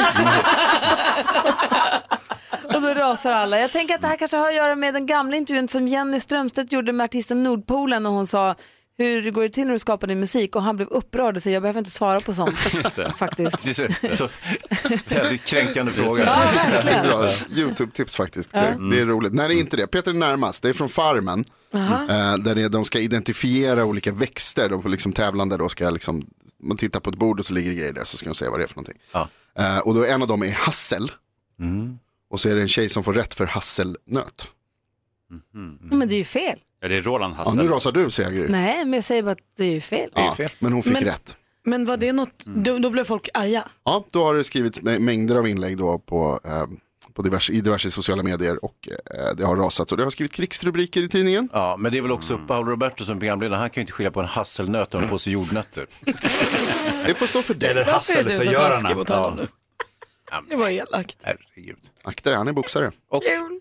Och då rasar alla. Jag tänker att det här kanske har att göra med den gamla intervjun som Jenny Strömstedt gjorde med artisten Nordpolen och hon sa hur går det till när du skapar din musik och han blev upprörd och sa jag behöver inte svara på sånt. Just det. Faktiskt. Det är så, väldigt kränkande fråga. Ja, verkligen. Det är bra YouTube-tips faktiskt. Ja. Det, det är roligt. Nej, det är inte det. Peter är närmast. Det är från Farmen. Uh-huh. Där det, de ska identifiera olika växter. De får liksom tävlande då ska liksom, man tittar på ett bord och så ligger det grejer där så ska de säga vad det är för någonting. Ja. Uh, och då en av dem är hassel. Mm. Och så är det en tjej som får rätt för hasselnöt. Mm. Mm. Men det är ju fel. Ja, det är Roland Hassel. Ja, nu rasar du, säger jag. Nej, men jag säger bara att det är ju fel. Ja, det är fel. Men hon fick men, rätt. Men var det något, då, då blev folk arga? Ja, då har det skrivits mängder av inlägg då på, eh, på diverse, i diverse sociala medier och eh, det har rasat. Så det har skrivit krigsrubriker i tidningen. Ja, men det är väl också mm. Paolo Roberto som programledare. Han kan ju inte skilja på en hasselnöt och en påse jordnötter. Det får stå för det. Eller hasselförgörarna. Ja. Ja, det var elakt. Herregud. Akta dig, han är boxare. Och... Kul.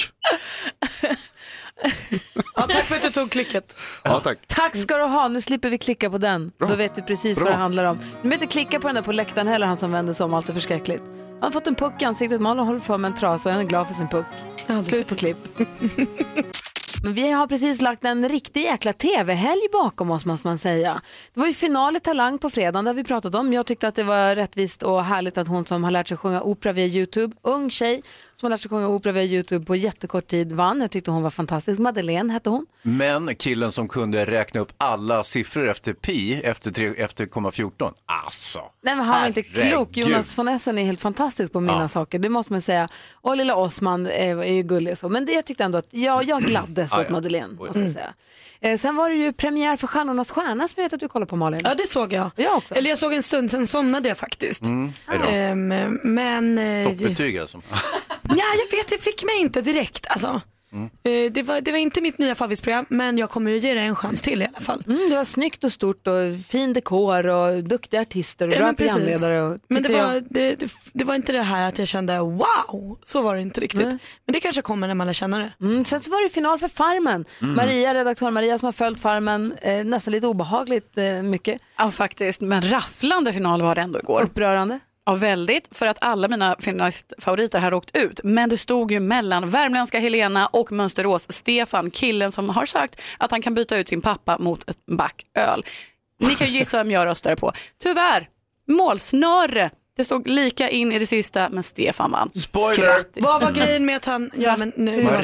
Ja, tack för att du tog klicket. Ja, tack. Tack ska du ha, nu slipper vi klicka på den. Bra. Då vet vi precis Bra. vad det handlar om. Du behöver inte klicka på den där på läktaren heller, han som vänder sig om, allt är förskräckligt. Han har fått en puck i ansiktet, man håller för med en tras och han är glad för sin puck. Ja, slut på klipp. Men vi har precis lagt en riktig jäkla tv-helg bakom oss, måste man säga. Det var ju final i Talang på fredagen, där vi pratade om. Jag tyckte att det var rättvist och härligt att hon som har lärt sig sjunga opera via YouTube, ung tjej, som har lärt sig sjunga opera via YouTube på jättekort tid vann. Jag tyckte hon var fantastisk. Madeleine hette hon. Men killen som kunde räkna upp alla siffror efter pi efter, tre, efter komma fjorton. Alltså. Nej, men han var inte klok. Jonas von Essen är helt fantastisk på mina ja. saker. Det måste man säga. Och lilla Osman är, är ju gullig så. Men det jag tyckte ändå att jag, jag gladdes åt ah, ja. Madeleine. Måste jag säga. Eh, sen var det ju premiär för Stjärnornas stjärna som jag vet att du kollar på, Malin. Ja, det såg jag. Jag också. Eller jag såg en stund, sen somnade jag faktiskt. Mm. Eh, men... Eh, Toppbetyg alltså. Ja, jag vet, det fick mig inte direkt. Alltså. Mm. Eh, det, var, det var inte mitt nya favoritprogram, men jag kommer ju ge det en chans till i alla fall. Mm, det var snyggt och stort och fin dekor och duktiga artister och ja, bra programledare. Och, men det var, det, det, det var inte det här att jag kände wow, så var det inte riktigt. Mm. Men det kanske kommer när man lär känna det. Mm, sen så var det final för Farmen. Mm. Maria, redaktör Maria som har följt Farmen, eh, nästan lite obehagligt eh, mycket. Ja, faktiskt, men rafflande final var det ändå igår. Upprörande. Ja, väldigt, för att alla mina finalistfavoriter har åkt ut. Men det stod ju mellan värmländska Helena och Mönsterås Stefan, killen som har sagt att han kan byta ut sin pappa mot ett back öl. Ni kan ju gissa vem jag röstade på. Tyvärr, målsnöre. Det stod lika in i det sista, men Stefan vann. Spoiler! Vad var grejen med att han... Ja, men nu, Maria!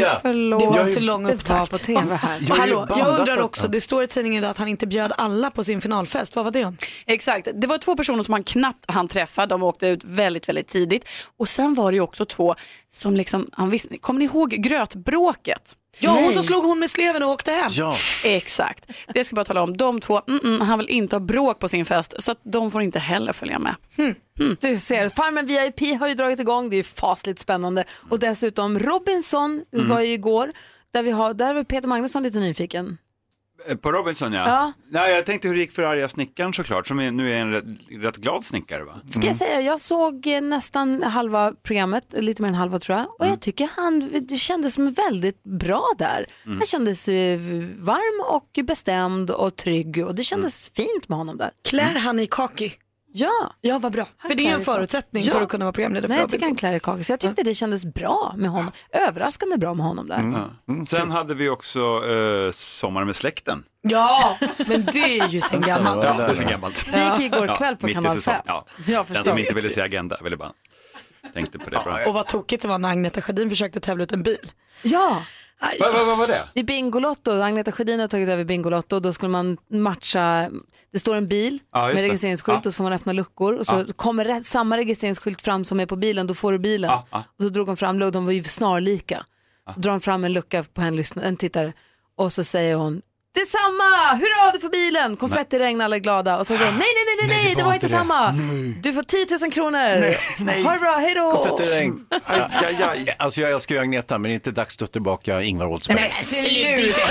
Det var så lång upptakt på tv här. Jag, Hallå, jag undrar också, det står i tidningen idag att han inte bjöd alla på sin finalfest. Vad var det om? Exakt, det var två personer som han knappt hann träffa. De åkte ut väldigt, väldigt tidigt. Och sen var det ju också två som liksom, han visste, kommer ni ihåg grötbråket? Ja, Nej. och så slog hon med sleven och åkte hem. Ja. Exakt. Det ska jag bara tala om. De två, mm, mm, han vill inte ha bråk på sin fest, så att de får inte heller följa med. Hmm. Mm. Du ser, Farmen V I P har ju dragit igång. Det är fasligt spännande. Och dessutom Robinson mm. var ju igår. Där vi har, där var Peter Magnusson lite nyfiken. På Robinson, ja. ja. Nej, jag tänkte hur det gick för arga snickaren såklart, som är, nu är en rätt, rätt glad snickare, va? Ska jag säga, jag såg nästan halva programmet, lite mer än halva tror jag. Och mm. jag tycker han, det kändes som väldigt bra där. Mm. Han kändes varm och bestämd och trygg. Och det kändes mm. fint med honom där. Klär han i kaki? Ja. Ja, vad bra. Han för det är ju en förutsättning ja. för att kunna vara programledare. Nej, jag tycker han klär i kaki. Så jag tyckte ja. det kändes bra med honom. Överraskande bra med honom där. Mm. Mm. Mm. Sen hade vi också uh, Sommar med släkten. Ja, men det är ju sen gammalt. Ja, det är sen gammalt. Det gick ju igår kväll på ja, kanal fem. Ja. Ja, den som inte ville se Agenda ville bara tänkte på det. Bra. Och vad tokigt det var när Agneta Sjödin försökte tävla ut en bil. Ja. Vad va, va var det? I Bingolotto, Agneta Sjödin har tagit över Bingolotto. Då skulle man matcha, det står en bil ja, med registreringsskylt ja. och så får man öppna luckor. Och så ja. kommer rätt, samma registreringsskylt fram som är på bilen, då får du bilen. Ja, ja. Och så drog hon fram, de var ju snarlika. Så drar hon fram en lucka på en, lyssnare, en tittare och så säger hon: detsamma! Hurra, du får bilen! Konfettiregn, alla är glada. Och så säger hon: nej, nej, nej, nej, nej, det var inte samma. Du får tio tusen kronor. Nej, nej. Ha det bra, hej då! Konfettiregn. Aj, aj, aj. Alltså jag älskar ju Agneta, men det är inte dags att tillbaka Ingvar Oldsberg. Nej, sluta!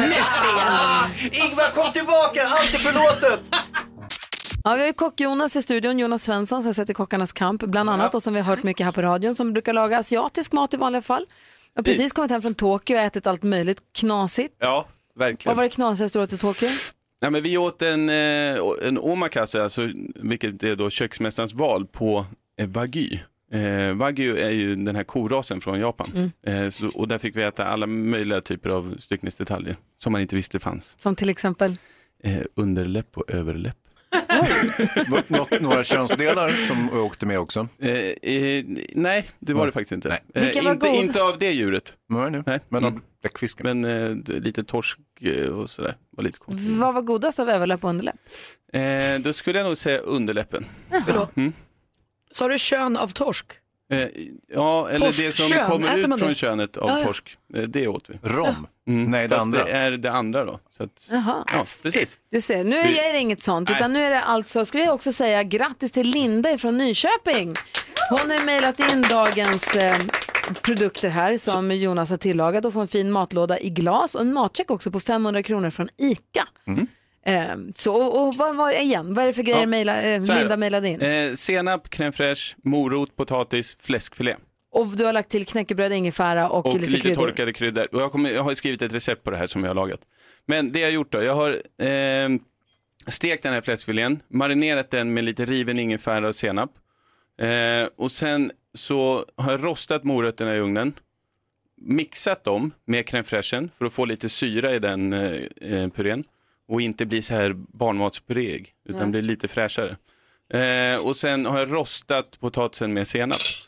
Ingvar, kom tillbaka! Allt är förlåtet! Ja, vi har ju kock Jonas i studion, Jonas Svensson som har sett i Kockarnas kamp bland annat ja. och som vi har hört mycket här på radion, som brukar laga asiatisk mat i vanliga fall. Jag har precis kommit hem från Tokyo och ätit allt möjligt knasigt. Ja, verkligen. Vad var det knasigast du åt i Tokyo? Ja, men vi åt en, en omakase, alltså, vilket är då köksmästarens val på eh, wagyu. Eh, wagyu är ju den här korasen från Japan. Mm. Eh, så, och där fick vi äta alla möjliga typer av styckningsdetaljer som man inte visste fanns. Som till exempel? Eh, underläpp och överläpp. Något, några könsdelar som åkte med också? Eh, eh, nej, det var nej. det faktiskt inte. Eh, inte, inte av det djuret. Nej, nej. nej. Men av bläckfisken. Men eh, lite torsk och sådär. Var lite konstigt. Vad var godast av överläpp och underläpp? Eh, då skulle jag nog säga underläppen. Förlåt. Mm. Så har du kön av torsk? Eh, ja, eller torsk det som kön. kommer Äter ut från det? könet av ja, ja. torsk. Eh, det åt vi. Rom? Mm. Nej, det Fast andra. det är det andra då. Så att, Jaha. Ja, precis. Du ser, nu är det inget sånt. Nej. Utan nu är det alltså, ska vi också säga grattis till Linda från Nyköping. Hon har mejlat in dagens eh, produkter här som Jonas har tillagat och får en fin matlåda i glas och en matcheck också på femhundra kronor från ICA. Mm. Eh, så, och vad var det igen? Vad är det för grejer ja. mejla, eh, Linda mejlade in? Eh, senap, crème fraîche, morot, potatis, fläskfilé. Och du har lagt till knäckebröd, ingefära och, och lite, lite kryddor. torkade kryddor. Och jag, kommer, jag har skrivit ett recept på det här som jag har lagat. Men det jag har gjort då, jag har eh, stekt den här fläskfilén, marinerat den med lite riven ingefära och senap. Eh, och sen så har jag rostat morötterna i ugnen, mixat dem med crème fraîchen för att få lite syra i den eh, purén och inte bli så här barnmatspurég utan ja. bli lite fräschare. Eh, och sen har jag rostat potatisen med senap.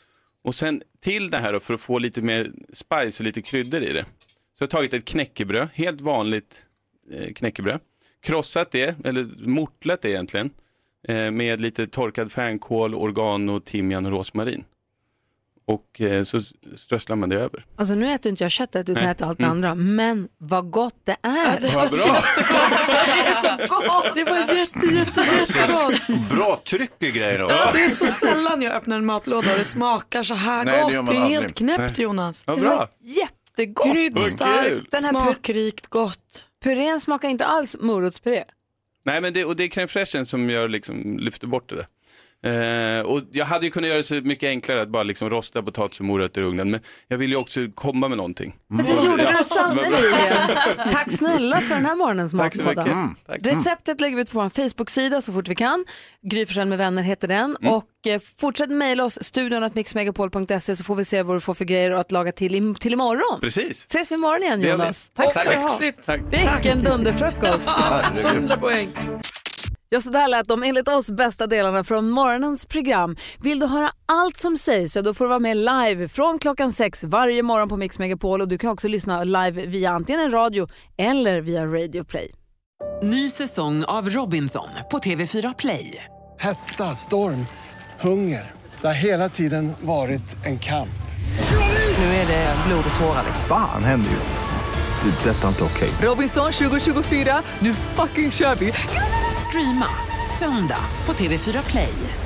Och sen till det här då, för att få lite mer spice och lite kryddor i det. Så jag har tagit ett knäckebröd, helt vanligt eh, knäckebröd. Krossat det, eller mortlat det egentligen. Eh, med lite torkad fänkål, oregano, timjan och rosmarin. Och eh, så strösslar man det över. Alltså nu äter inte jag köttet utan Nej. äter allt det Mm. andra. Men vad gott det är. Ja, det var bra. Det var jätte, jätte, jättegott. Bra tryck i grejer också. Ja, det är så sällan jag öppnar en matlåda och det smakar så här Nej, det gott. gör Det, man är aldrig. helt knäppt, Jonas. Ja, Det bra. var jättegott. Kryddstarkt, Den här pu- smakrikt, gott. purén smakar inte alls morotspuré. Nej, men det, och det är crème fraîchen som gör, liksom, lyfter bort det där. Eh, och jag hade ju kunnat göra det så mycket enklare att bara liksom rosta potatis och morötter i ugnen, men jag vill ju också komma med någonting. Men det gjorde Ja. du sannerligen. Tack snälla för den här morgonens Tack så matlåda. mycket. Mm. Tack. Receptet lägger vi ut på vår Facebook-sida så fort vi kan. Gry Forssell med vänner heter den. Mm. Och eh, fortsätt mejla oss, studion at mixmegapol punkt se, så får vi se vad du får för grejer att laga till, i, till imorgon. Precis. Ses vi imorgon igen, Det gör vi. Jonas. Tack ska du ha. Tack. Vilken dunderfrukost. hundra poäng. Ja, så där lät de enligt oss bästa delarna från morgonens program. Vill du höra allt som sägs så då får du vara med live från klockan sex varje morgon på Mix Megapol. Och du kan också lyssna live via antingen en radio eller via Radio Play. Ny säsong av Robinson på T V fyra Play. Hetta, storm, hunger. Det har hela tiden varit en kamp. Nu är det blod och tårar. Fan händer just det. Det är detta inte okej. Robinson tjugo tjugofyra, nu fucking kör vi. Streama söndag på T V fyra Play.